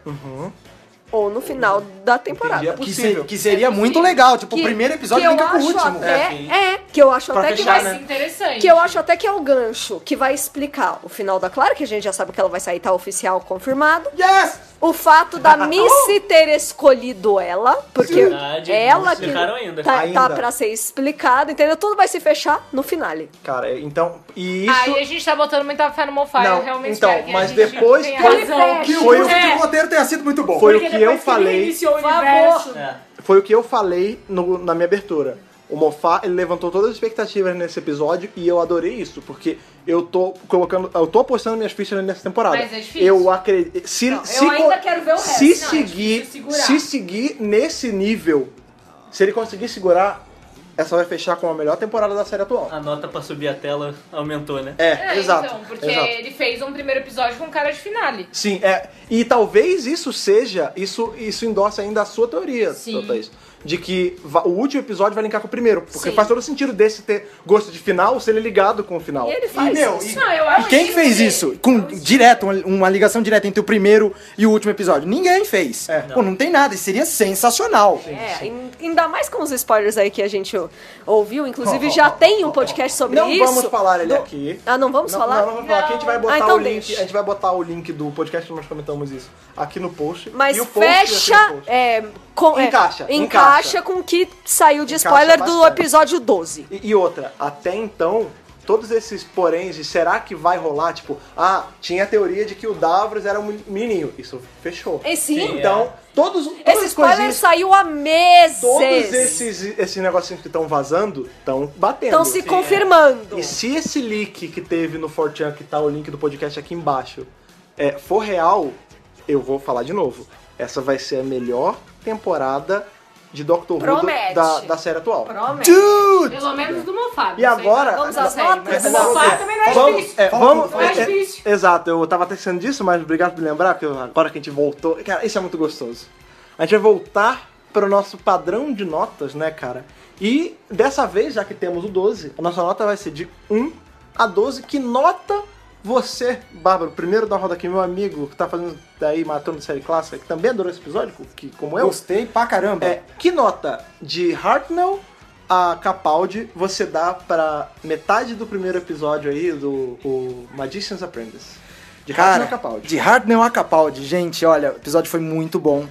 Ou no final da temporada. Entendi, é possível. Que seria muito legal. Tipo, o primeiro episódio que liga eu com o acho último. Até, que eu acho Pra até que fechar, vai né? Interessante. Que eu acho até que é o gancho que vai explicar o final da Clara, que a gente já sabe que ela vai sair, tá oficial, confirmado. Yes! O fato da Missy ter escolhido ela, porque Verdade, ela não que explicaram ainda. tá Ainda. pra ser explicado, entendeu? Tudo vai se fechar no finale. Cara, então... E isso... Aí a gente tá botando muita fé no Mofá, Não, eu realmente então, espero que mas a gente depois tenha que ele razão. Que o Foi curso o- de roteiro tenha sido muito bom. Foi o Porque que eu depois ele falei... iniciou o Por favor. universo. Foi o que eu falei na minha abertura. O Moffat, ele levantou todas as expectativas nesse episódio e eu adorei isso, porque eu tô apostando minhas fichas nessa temporada. Mas é difícil. Eu acredito. eu ainda quero ver o resto. Se Não, é seguir, difícil segurar. se seguir nesse nível, se ele conseguir segurar, essa vai fechar com a melhor temporada da série atual. A nota pra subir a tela aumentou, né? Exato. Então, porque exato. ele fez um primeiro episódio com cara de finale. Sim, e talvez isso seja, isso endossa ainda a sua teoria, Sim. Thaís, de que o último episódio vai linkar com o primeiro, porque Sim. faz todo sentido desse ter gosto de final, ser ele ligado com o final. E ele faz meu, isso. Não, eu E acho quem que fez ele- isso? Com direto, uma ligação direta entre o primeiro e o último episódio? Ninguém fez. Pô, não tem nada. E seria sensacional. Ainda mais com os spoilers aí que a gente ouviu. Inclusive, já tem um podcast sobre Não isso. vamos falar ele aqui. Ah, não vamos falar? Não vamos falar. Aqui a gente vai botar então o link. deixa. A gente vai botar o link do podcast que nós comentamos isso aqui no post. Mas e o post fecha. aqui no post. Encaixa com o que saiu de Encaixa spoiler do bastante. episódio 12. E outra, até então, todos esses poréns de será que vai rolar? Tipo, tinha a teoria de que o Davros era um menininho. Isso fechou. Sim. Então, todas Esse as spoiler coisinhas, saiu há meses. todos esses negocinhos que estão vazando, estão batendo. Estão se confirmando. E se esse leak que teve no 4chan, que tá o link do podcast aqui embaixo, for real, eu vou falar de novo. Essa vai ser a melhor temporada de Doctor Who Promete. da série atual. Promete. Dude! Pelo menos do Mofá. E agora... Vamos à série. Mas O Mofá também não é Vamos, difícil. vamos, Não é difícil. exato, eu tava até esquecendo disso, mas obrigado por lembrar, que agora que a gente voltou... Cara, isso é muito gostoso. A gente vai voltar pro nosso padrão de notas, né, cara? E dessa vez, já que temos o 12, a nossa nota vai ser de 1 a 12. Que nota você, Bárbaro, primeiro da roda aqui, meu amigo, que tá fazendo daí Matando Série Clássica, que também adorou esse episódio, como eu... Gostei pra caramba. Que nota de Hartnell a Capaldi você dá pra metade do primeiro episódio aí do o Magician's Apprentice? De Cara, Hartnell a Capaldi. de Hartnell a Capaldi, gente, olha, o episódio foi muito bom.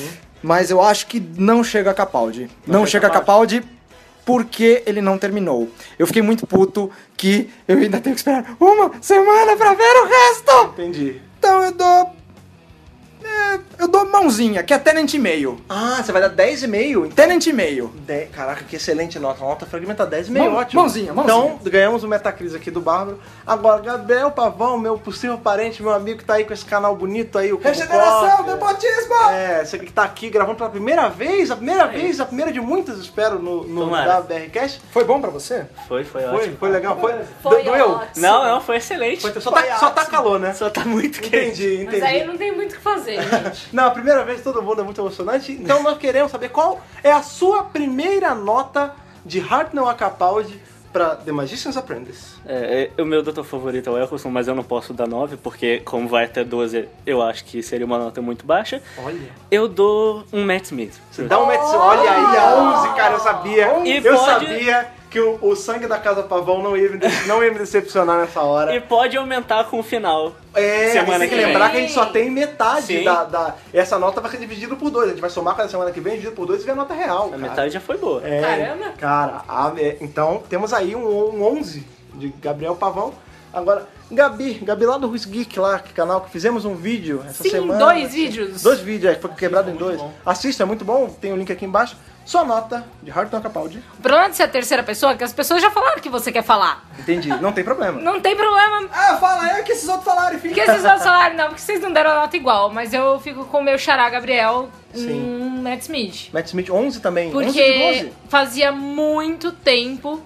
Mas eu acho que não chega a Capaldi. Não chega a Capaldi porque ele não terminou. Eu fiquei muito puto que eu ainda tenho que esperar uma semana pra ver o resto! Entendi. Então Então eu dou... eu dou mãozinha, que é Tenant e meio. Ah, você vai dar 10,5? Então... Tenant e meio. Caraca, que excelente nota. Uma nota fragmentada, 10,5, ótimo. Mãozinha. Então, ganhamos o Metacris aqui do Bárbaro. Agora, Gabriel Pavão, meu possível parente, meu amigo que tá aí com esse canal bonito aí, o Regeneração, nepotismo! você que tá aqui gravando pela primeira vez, a primeira de muitas, espero, no WBRcast. Foi bom pra você? Foi ótimo. Foi legal? Foi Doeu? ótimo. Não, foi excelente. Só tá calor, né? Só tá muito quente. Entendi. Mas aí não tem muito o que fazer, gente. Não, a primeira vez todo mundo é muito emocionante. Então nós queremos saber qual é a sua primeira nota de Hartnell a Capaldi pra The Magician's Apprentice. O meu doutor favorito é o Eccleston, mas eu não posso dar 9, porque como vai até 12, eu acho que seria uma nota muito baixa. Olha. Eu dou um Matt Smith. Você dá um Matt Smith. Olha aí, a 11, cara, eu sabia. E Sabia que o sangue da Casa Pavão não ia me decepcionar nessa hora. E pode aumentar com o final. Semana que lembrar que a gente só tem metade Sim. Essa nota vai ser dividida por 2. A gente vai somar cada semana que vem, dividido por 2 e ver a nota real. A cara. metade já foi boa. Caramba. Cara, então temos aí um 11 de Gabriel Pavão. Agora, Gabi lá do Ruiz Geek, lá, que canal que fizemos um vídeo essa Sim, semana. 2 vídeos. 2 vídeos, foi quebrado em 2. Assista, é muito bom, tem o link aqui embaixo. Sua nota de Hartnell a Capaldi. O problema de ser a terceira pessoa é que as pessoas já falaram que você quer falar. Entendi, não tem problema. Não tem problema. Fala aí que esses outros falaram, filho. Porque esses outros falaram, não, porque vocês não deram a nota igual. Mas eu fico com o meu xará Gabriel Matt Smith. Matt Smith 11 também, 11 de Porque 12. fazia muito tempo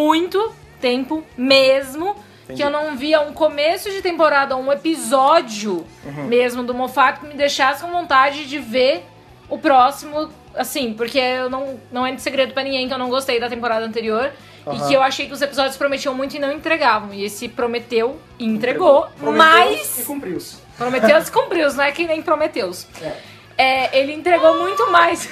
mesmo, que eu não via um começo de temporada, um episódio mesmo do Moffat que me deixasse com vontade de ver o próximo, assim, porque eu não é de segredo pra ninguém que eu não gostei da temporada anterior e que eu achei que os episódios prometiam muito e não entregavam. E esse prometeu e entregou, mas... E cumpriu-se. Prometeus e cumpriu, não é que nem Prometeus. Ele entregou muito mais.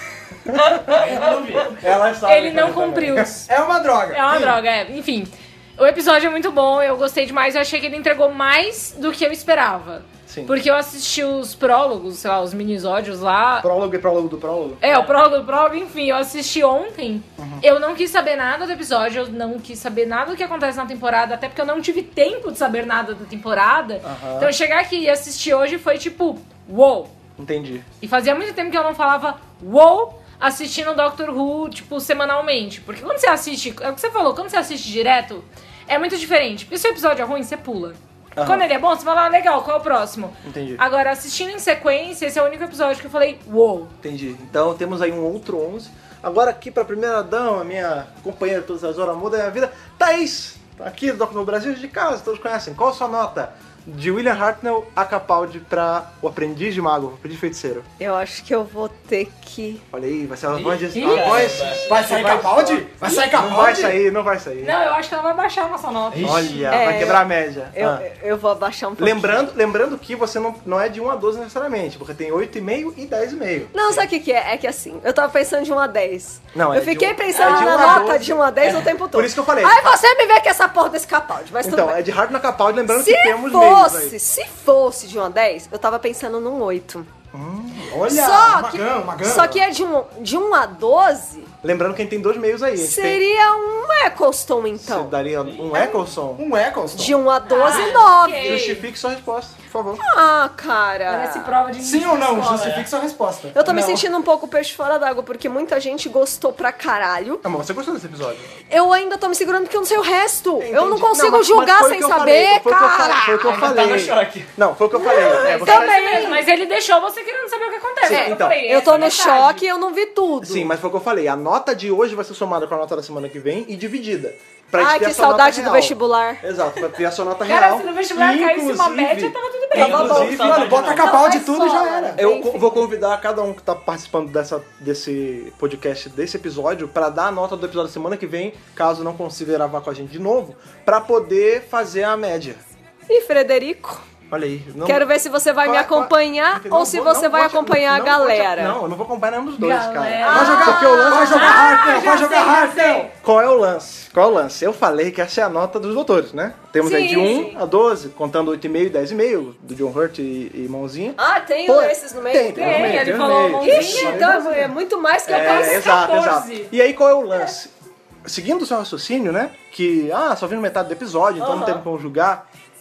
Ela sabe. Ele não cumpriu. É uma droga. É uma droga, enfim. O episódio é muito bom, eu gostei demais. Eu achei que ele entregou mais do que eu esperava. Sim. Porque eu assisti os prólogos, sei lá, os minisódios lá. Prólogo e prólogo do prólogo. O prólogo do prólogo, enfim, eu assisti ontem. Eu não quis saber nada do episódio, eu não quis saber nada do que acontece na temporada, até porque eu não tive tempo de saber nada da temporada. Então chegar aqui e assistir hoje foi tipo, uou! Entendi. E fazia muito tempo que eu não falava uou assistindo Doctor Who, tipo, semanalmente. Porque quando você assiste, é o que você falou, quando você assiste direto, é muito diferente. Porque se o episódio é ruim, você pula. Quando ele é bom, você fala, legal, qual é o próximo? Entendi. Agora, assistindo em sequência, esse é o único episódio que eu falei, uou. Entendi. Então temos aí um outro 11. Agora aqui pra primeira dama, minha companheira de todas as horas, muda a minha vida, Thaís. Aqui do Doctor Who Brasil de casa, todos conhecem. Qual a sua nota de William Hartnell a Capaldi pra O Aprendiz de Mago, O Aprendiz de Feiticeiro? Eu acho que eu vou ter que... Olha aí, vai ser a voz de... Vai sair Capaldi? Vai sair Capaldi? Não vai sair. Não, eu acho que ela vai baixar a nossa nota. Olha, vai quebrar a média. Eu vou abaixar um pouquinho. Lembrando que você não é de 1 a 12 necessariamente, porque tem 8,5 e 10,5. Não, sabe o que é? É que assim, eu tava pensando de 1 a 10. Não, eu fiquei pensando de 1 na a nota 12. de 1 a 10 o tempo todo. Por isso que eu falei. Aí você me vê que essa porra desse Capaldi, mas Então, tudo bem. é de Hartnell a Capaldi, lembrando Se que temos meios aí. fosse de 1 a 10, eu tava pensando num 8. Olha, magão. Só que é de 1 a 12, Lembrando que a gente tem 2 meios aí. A gente seria um Eccleston, Você então. daria um Eccleston? Um Eccleston. De 1 a 12, 9. ok. Justifique sua resposta, por favor. Ah, cara. Parece prova de Sim ou não? escola. Justifique sua resposta. Eu tô me Não. sentindo um pouco peixe fora d'água, porque muita gente gostou pra caralho. Ah, mas você gostou desse episódio? Eu ainda tô me segurando porque eu não sei o resto. Entendi. Eu não consigo mas julgar foi o sem que eu saber, falei, foi o que eu falei, cara. Foi o que eu Tá no falei. choque. Não, foi o que eu falei. Você Também. Mas ele deixou você querendo saber o que acontece. Sim, então. Eu tô no choque e eu não vi tudo. Sim, mas foi o que eu falei. A nota de hoje vai ser somada com a nota da semana que vem e dividida. Pra gente Ai, ter que a sua nota saudade do real. vestibular. Exato, pra ter a sua nota Cara, real. se no vestibular caísse uma Inclusive- média, tava tudo bem. Tava bom. Inclusive, Saudade Bota não. Capaldi Não, tudo e já fora. era. Eu Enfim. vou convidar cada um que tá participando desse podcast, desse episódio, pra dar a nota do episódio da semana que vem, caso não consiga gravar com a gente de novo, pra poder fazer a média. E Frederico? Olha aí. Não... Quero ver se você vai me acompanhar Não ou se vou- você não vai vou te- acompanhar a não vou te- galera. Não, eu não vou acompanhar nenhum dos dois, Galera. cara. Vai jogar, Porque o lance... vai jogar Hartnell, vai jogar Hartnell. Qual é o lance? Qual é o lance? Eu falei que essa é a nota dos doutores, né? Temos aí de Sim. 1 a 12, contando 8,5 e 10,5, do John Hurt e Mãozinha. Ah, tem Pô, esses no meio? tem no meio, ele tem no falou meio. mãozinha. Ixi, então é muito mais que eu posso. Exato, 14. exato. E aí qual é o lance? Seguindo o seu raciocínio, né? Que, só vindo metade do episódio, então não tem como julgar.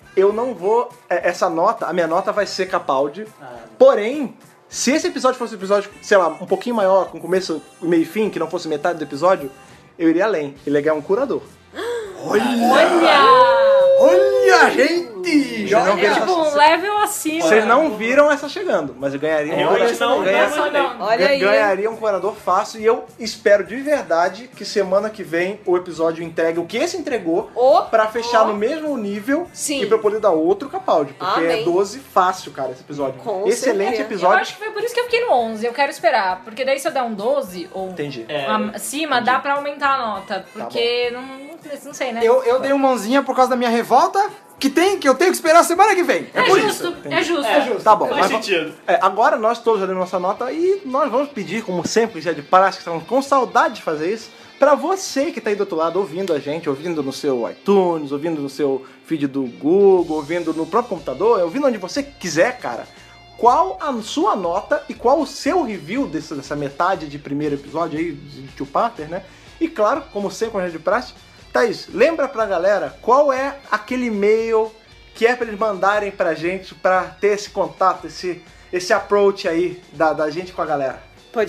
eu não vou... Essa nota, a minha nota vai ser Capaldi. Porém, se esse episódio fosse um episódio, sei lá, um pouquinho maior, com começo, meio e fim, que não fosse metade do episódio, eu iria além. Ele ia ganhar um curador. Olha, gente! Vocês não viram Tipo, essa- um level acima. Vocês não viram essa chegando, mas eu ganharia um Realmente curador. não, Ganharia- Olha aí. Ganharia um curador fácil e eu espero de verdade que semana que vem o episódio entregue o que esse entregou pra fechar no mesmo nível Sim. e pra eu poder dar outro Capaldi. Porque Amém. é 12 fácil, cara, esse episódio. Com Excelente certeza. Eu episódio. acho que foi por isso que eu fiquei no 11. Eu quero esperar. Porque daí se eu der um 12 ou Entendi. acima, dá pra aumentar a nota. Porque não sei, né? Eu dei uma mãozinha por causa da minha revolta, que eu tenho que esperar a semana que vem. É por justo, isso. é justo. Tá bom. Faz mas sentido. agora nós todos já demos nossa nota e nós vamos pedir, como sempre, já de praxe, que estamos com saudade de fazer isso, pra você que tá aí do outro lado ouvindo a gente, ouvindo no seu iTunes, ouvindo no seu feed do Google, ouvindo no próprio computador, ouvindo onde você quiser, cara. Qual a sua nota e qual o seu review dessa metade de primeiro episódio aí de Tio Parter, né? E claro, como sempre, com a de praxe, Thaís, lembra pra galera qual é aquele e-mail que é pra eles mandarem pra gente pra ter esse contato, esse approach aí da gente com a galera.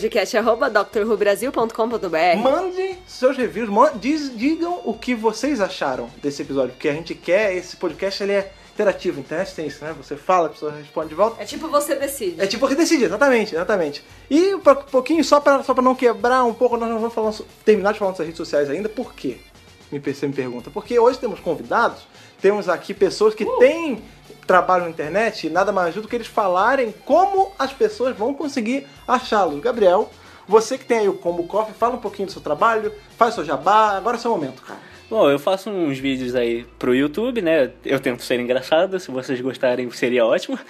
podcast@drrubrasil.com.br. Mandem seus reviews, digam o que vocês acharam desse episódio, porque a gente quer, esse podcast ele é interativo, internet tem isso, né? Você fala, a pessoa responde de volta. É tipo você decide. É tipo que decide, exatamente. E um pouquinho, só pra não quebrar um pouco, nós não vamos terminar de falar nas redes sociais ainda, por quê? Você me pergunta. Porque hoje temos convidados, temos aqui pessoas que têm trabalho na internet e nada mais justo do que eles falarem como as pessoas vão conseguir achá-los. Gabriel, você que tem aí o Combo Coffee, fala um pouquinho do seu trabalho, faz o seu jabá, agora é o seu momento, cara. Bom, eu faço uns vídeos aí pro YouTube, né? Eu tento ser engraçado, se vocês gostarem seria ótimo.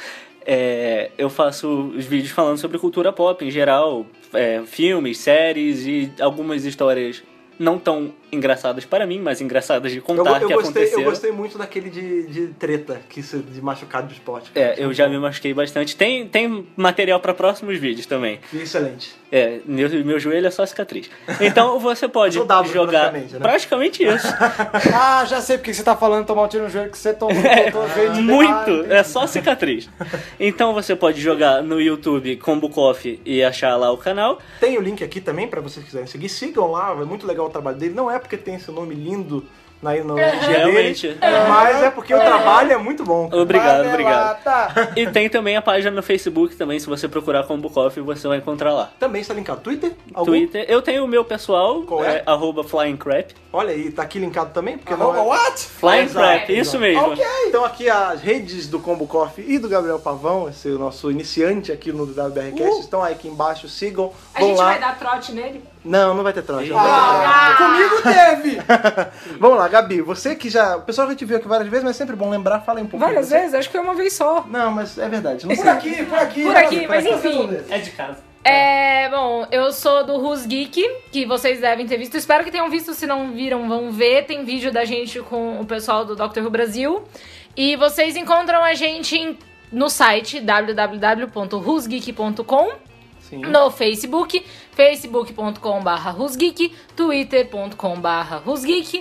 Eu faço os vídeos falando sobre cultura pop em geral, filmes, séries e algumas histórias não tão engraçadas para mim, mas engraçadas de contar que aconteceram. Eu gostei muito daquele de treta, de machucado de esporte. Eu já me machuquei bastante. Tem material para próximos vídeos também. Excelente. Meu joelho é só cicatriz. Então você pode Saudável, jogar... praticamente, né? Praticamente isso. Ah, já sei porque você tá falando tomar um tiro no joelho que você tomou. Muito, é só cicatriz. Então você pode jogar no YouTube Combo Coffee e achar lá o canal. Tem o link aqui também pra vocês quiserem seguir. Sigam lá, é muito legal o trabalho dele. Não é porque tem esse nome lindo aí no dia Realmente. dele, mas é porque o trabalho é muito bom. Obrigado. Tá. E tem também a página no Facebook também, se você procurar Combo Coffee, você vai encontrar lá. Também está linkado. Twitter? Algum? Twitter, eu tenho o meu pessoal, Qual é? @flyingcrap. Olha aí, tá aqui linkado também, porque não é... What? Flying Exato, Crap, isso exato. mesmo. Então aqui as redes do Combo Coffee e do Gabriel Pavão, esse nosso iniciante aqui no WBRcast, estão aí aqui embaixo, sigam, A vão gente lá. vai dar trote nele? Não vai ter trote. Comigo teve! Vamos lá, Gabi, você que já... O pessoal já te viu aqui várias vezes, mas é sempre bom lembrar, fala aí um pouco. Várias vezes? Acho que foi uma vez só. Não, mas é verdade. Não Por sei. aqui. Por aqui, mas enfim. É de casa. Bom, eu sou do Who's Geek, que vocês devem ter visto. Espero que tenham visto, se não viram, vão ver. Tem vídeo da gente com o pessoal do Dr. Who Brasil. E vocês encontram a gente no site www.whosgeek.com, Sim. no Facebook, facebook.com/whosgeek, twitter.com/whosgeek,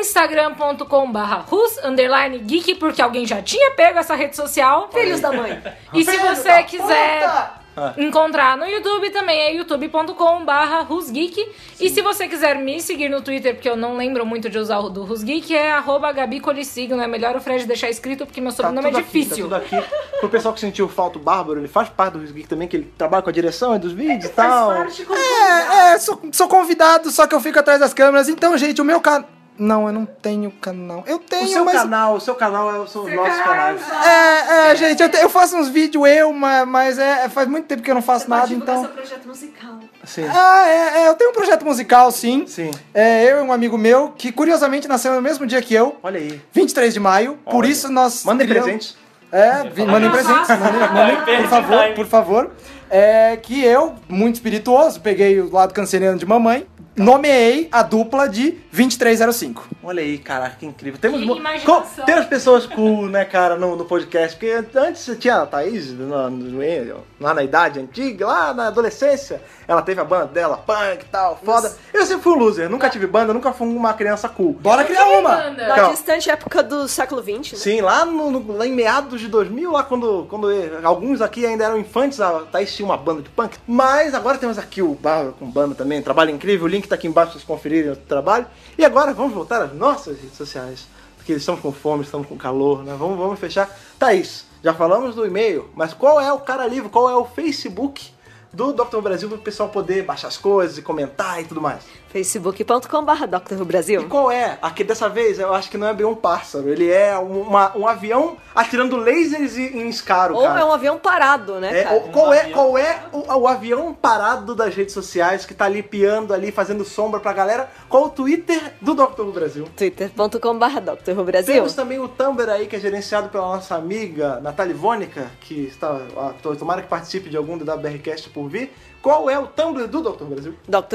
instagram.com/whos_geek, porque alguém já tinha pego essa rede social. Filhos da mãe. E se Filho você da quiser puta! encontrar no YouTube, também é youtube.com/whosgeek. E se você quiser me seguir no Twitter, porque eu não lembro muito de usar o do Whosgeek, é @GabiColissigno. É melhor o Fred deixar escrito, porque meu sobrenome é difícil. Tá tudo aqui. Pro pessoal que sentiu falta, o Bárbaro, ele faz parte do Who's Geek também, que ele trabalha com a direção dos vídeos e tal. Sou convidado, só que eu fico atrás das câmeras. Então, gente, o meu canal... Não, eu não tenho canal. Eu tenho, O seu mas... canal são os nossos canais. Gente, eu faço uns vídeos mas faz muito tempo que eu não faço nada, então... seu projeto musical. Sim. Eu tenho um projeto musical, sim. Sim. Eu e um amigo meu, que curiosamente nasceu no mesmo dia que eu, Olha aí. 23 de maio. Por Olha. isso nós... Mandem criamos- presentes. Mandem presentes. Mandem, por favor. Que eu, muito espirituoso, peguei o lado canceriano de mamãe, nomeei a dupla de 2305. Olha aí, caraca, que incrível. Temos, Que imaginação. temos pessoas cool, né, cara, no podcast. Porque antes você tinha a Thaís, lá na idade antiga, lá na adolescência. Ela teve a banda dela, punk e tal, foda. Eu sempre fui um loser, nunca tive banda, nunca fui uma criança cool. Bora criar uma! Banda. Na Calma. distante época do século XX, né? Sim, lá em meados de 2000, lá quando alguns aqui ainda eram infantes, a Thaís tinha uma banda de punk. Mas agora temos aqui o Bárbaro com banda também, trabalho incrível, o link tá aqui embaixo pra vocês conferirem o trabalho. E agora vamos voltar às nossas redes sociais, porque estamos com fome, estamos com calor, né? Vamos fechar. Thaís, já falamos do e-mail, mas qual é o cara livre, qual é o Facebook do Dr. Brasil para o pessoal poder baixar as coisas e comentar e tudo mais? facebook.com/Dr. Brasil. E qual é? Aqui dessa vez eu acho que não é bem um pássaro, ele é um avião atirando lasers em escaro, Ou cara. é um avião parado, né, cara? Qual é o avião parado das redes sociais que tá ali piando ali, fazendo sombra pra galera? Qual o Twitter do Dr. Brasil? twitter.com/Dr. Brasil. Temos também o Tumblr aí, que é gerenciado pela nossa amiga Natália Ivônica, que está, tomara que participe de algum do WBRcast por vir. Qual é o Tumblr do Dr. Brasil?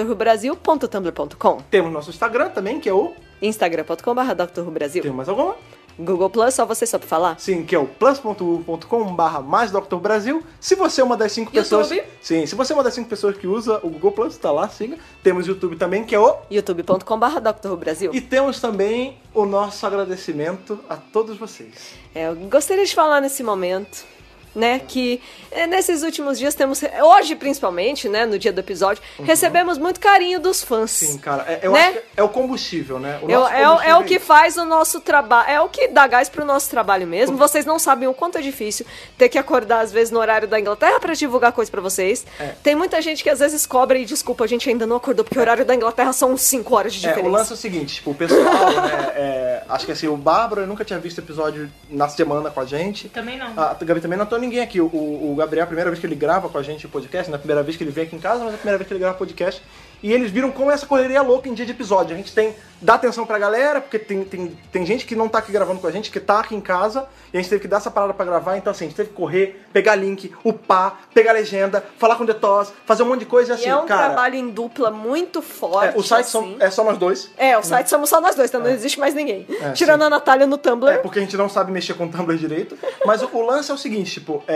drbrasil.tumblr.com. Temos nosso Instagram também, que é o... instagram.com/Dr. Brasil. Tem mais alguma? Google Plus, só você sabe falar? Sim, que é o plus.com/mais Dr. Brasil. Se você é uma das 5 pessoas... Sim, se você é uma das 5 pessoas que usa o Google Plus, tá lá, siga. Temos o YouTube também, que é o... youtube.com/Dr. Brasil. E temos também o nosso agradecimento a todos vocês. Eu gostaria de falar nesse momento, né, que nesses últimos dias temos, hoje principalmente, né, no dia do episódio, recebemos muito carinho dos fãs. Sim, cara, eu né? acho que é o combustível, né? O É, nosso é combustível o que faz o nosso trabalho, é o que dá gás pro nosso trabalho mesmo. Vocês não sabem o quanto é difícil ter que acordar às vezes no horário da Inglaterra pra divulgar coisa pra vocês. Tem muita gente que às vezes cobra e desculpa, a gente ainda não acordou porque o horário da Inglaterra são 5 horas de diferença. O lance é o seguinte, tipo, o pessoal, né, acho que assim, o Bárbaro, eu nunca tinha visto episódio na semana com a gente. Também não. A Gabi também não tô ninguém aqui. O Gabriel, a primeira vez que ele grava com a gente o podcast, não é a primeira vez que ele vem aqui em casa, mas é a primeira vez que ele grava podcast. E eles viram como é essa correria louca em dia de episódio. A gente dá atenção pra galera, porque tem gente que não tá aqui gravando com a gente, que tá aqui em casa, e a gente teve que dar essa parada pra gravar, então assim, a gente teve que correr, pegar link, upar, pegar legenda, falar com o Detoz, fazer um monte de coisa e assim, E é um cara... trabalho em dupla muito forte. O site assim. é só nós dois. O site somos só nós dois, então não existe mais ninguém. Tirando a Natália no Tumblr. Porque a gente não sabe mexer com o Tumblr direito. Mas o lance é o seguinte, tipo,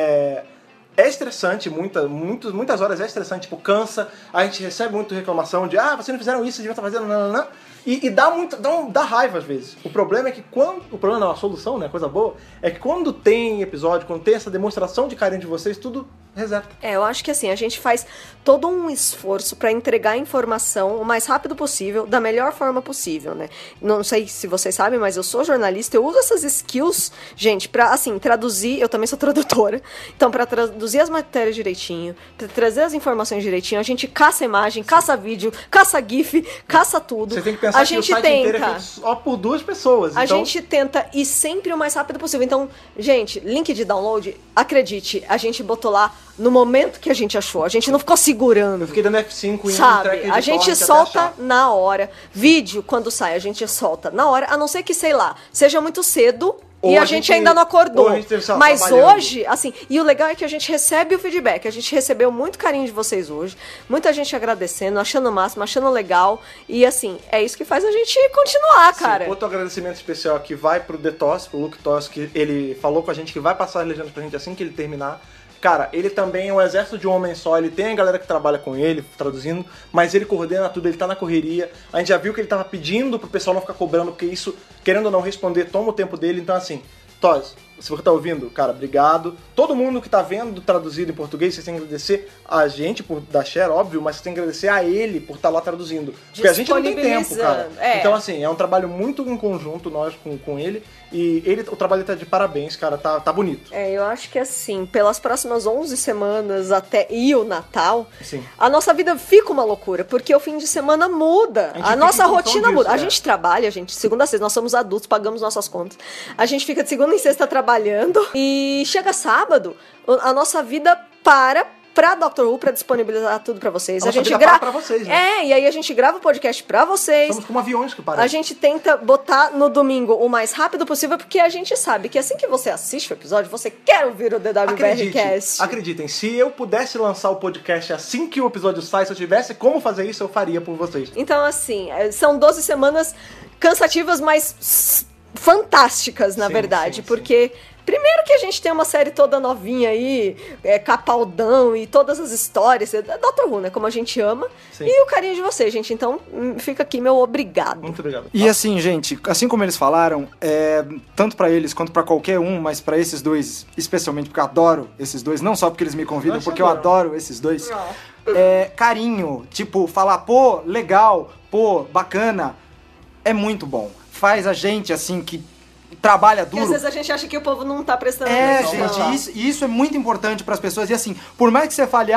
é estressante, muitas horas é estressante, tipo, cansa, a gente recebe muita reclamação de, vocês não fizeram isso, vocês deviam estar fazendo, não. E dá raiva às vezes. O problema é que a solução, né, coisa boa, é que quando tem episódio, quando tem essa demonstração de carinho de vocês, tudo reseta. Eu acho que assim, a gente faz todo um esforço pra entregar a informação o mais rápido possível, da melhor forma possível, né? Não sei se vocês sabem, mas eu sou jornalista, eu uso essas skills, gente, pra, assim, traduzir, eu também sou tradutora, então pra traduzir as matérias direitinho, pra trazer as informações direitinho, a gente caça imagem, caça vídeo, caça gif, caça tudo. Você tem que pensar que o site inteiro é feito só por 2 pessoas. A gente tenta ir sempre o mais rápido possível. Então, gente, link de download, acredite, a gente botou lá no momento que a gente achou. A gente não ficou segurando. Eu fiquei dando F5 em sabe? A gente solta na hora. Vídeo, quando sai, a gente solta na hora. A não ser que, sei lá, seja muito cedo e a gente ainda não acordou. Mas hoje, assim, e o legal é que a gente recebe o feedback. A gente recebeu muito carinho de vocês hoje. Muita gente agradecendo, achando o máximo, achando legal. E assim, é isso que faz a gente continuar, cara. Sim, outro agradecimento especial aqui vai pro Detoz, pro Luke Toss, que ele falou com a gente que vai passar as legendas pra gente assim que ele terminar. Cara, ele também é um exército de um homem só, ele tem a galera que trabalha com ele, traduzindo, mas ele coordena tudo, ele tá na correria. A gente já viu que ele tava pedindo pro pessoal não ficar cobrando, porque isso, querendo ou não responder, toma o tempo dele. Então assim, Toz, se você tá ouvindo, cara, obrigado. Todo mundo que tá vendo traduzido em português, vocês têm que agradecer a gente por dar share, óbvio, mas vocês têm que agradecer a ele por estar lá traduzindo. Porque a gente não tem tempo, cara. Então assim, é um trabalho muito em conjunto, nós com ele. E o trabalho tá de parabéns, cara, tá bonito. Eu acho que assim, pelas próximas 11 semanas e o Natal, sim, a nossa vida fica uma loucura, porque o fim de semana muda, a nossa rotina muda. A gente trabalha, gente, segunda a sexta, nós somos adultos, pagamos nossas contas. A gente fica de segunda em sexta trabalhando e chega sábado, a nossa vida para pra Dr. Who pra disponibilizar tudo pra vocês. A gente grava pra vocês, né? E aí a gente grava o podcast pra vocês. Somos como aviões que parecem. A gente tenta botar no domingo o mais rápido possível, porque a gente sabe que assim que você assiste o episódio, você quer ouvir o DWBRcast. Acreditem, se eu pudesse lançar o podcast assim que o episódio sai, se eu tivesse como fazer isso, eu faria por vocês. Então, assim, são 12 semanas cansativas, mas fantásticas, na verdade, sim. porque... Primeiro que a gente tem uma série toda novinha aí, Capaldão e todas as histórias, Dr. Who, né, como a gente ama, Sim. e o carinho de vocês, gente. Então, fica aqui meu obrigado. Muito obrigado. E assim, gente, assim como eles falaram, tanto pra eles quanto pra qualquer um, mas pra esses dois, especialmente porque eu adoro esses dois, não só porque eles me convidam, Nós porque eu adoramos. adoro esses dois. Carinho, tipo, falar, pô, legal, pô, bacana, é muito bom. Faz a gente, assim, que trabalha Porque duro. às vezes a gente acha que o povo não tá prestando atenção. Gente, isso é muito importante pras pessoas. E assim, por mais que você fale,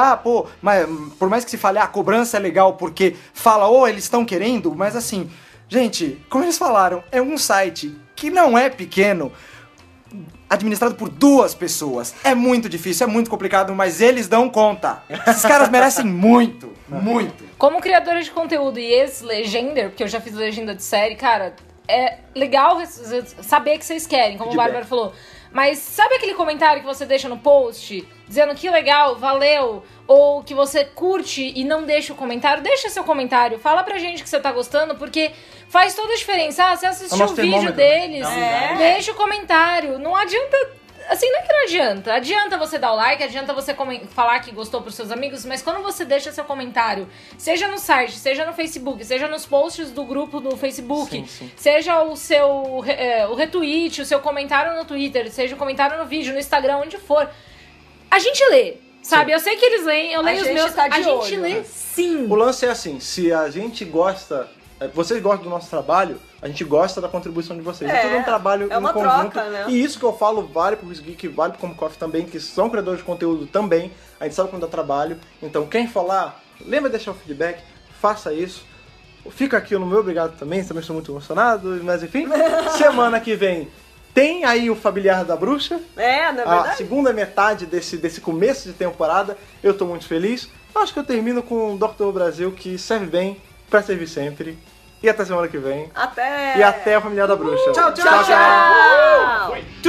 por mais que se fale, a cobrança é legal porque fala, eles estão querendo, mas assim, gente, como eles falaram, é um site que não é pequeno, administrado por 2 pessoas. É muito difícil, é muito complicado, mas eles dão conta. Esses caras merecem muito, muito. Como criadora de conteúdo e ex-legender, porque eu já fiz legenda de série, cara, é legal saber que vocês querem, como o Bárbara falou. Mas sabe aquele comentário que você deixa no post, dizendo que legal, valeu, ou que você curte e não deixa o comentário? Deixa seu comentário, fala pra gente que você tá gostando, porque faz toda a diferença. Você assistiu o vídeo deles, deixa o comentário. Não adianta... Assim, não é que não adianta. Adianta você dar o like, adianta você falar que gostou pros seus amigos, mas quando você deixa seu comentário, seja no site, seja no Facebook, seja nos posts do grupo do Facebook, seja o seu o retweet, o seu comentário no Twitter, seja o comentário no vídeo, no Instagram, onde for, a gente lê, sabe? Eu sei que eles leem, eu leio os meus, tá de a gente olho, lê né? sim. O lance é assim, se a gente gosta... Vocês gostam do nosso trabalho, a gente gosta da contribuição de vocês. É tudo um trabalho é uma em conjunto. troca, né? E isso que eu falo vale pro Geek, vale pro Como Coffee também, que são criadores de conteúdo também. A gente sabe quando dá trabalho. Então, quem falar, lembra de deixar o feedback, faça isso. Fica aqui no meu obrigado também estou muito emocionado, mas enfim. Semana que vem tem aí o Familiar da Bruxa. Não é verdade? A segunda metade desse começo de temporada. Eu tô muito feliz. Acho que eu termino com o Dr. Who Brasil, que serve bem pra servir sempre. E até semana que vem. Até! E até o Familiar da Bruxa. Tchau, tchau! Fui!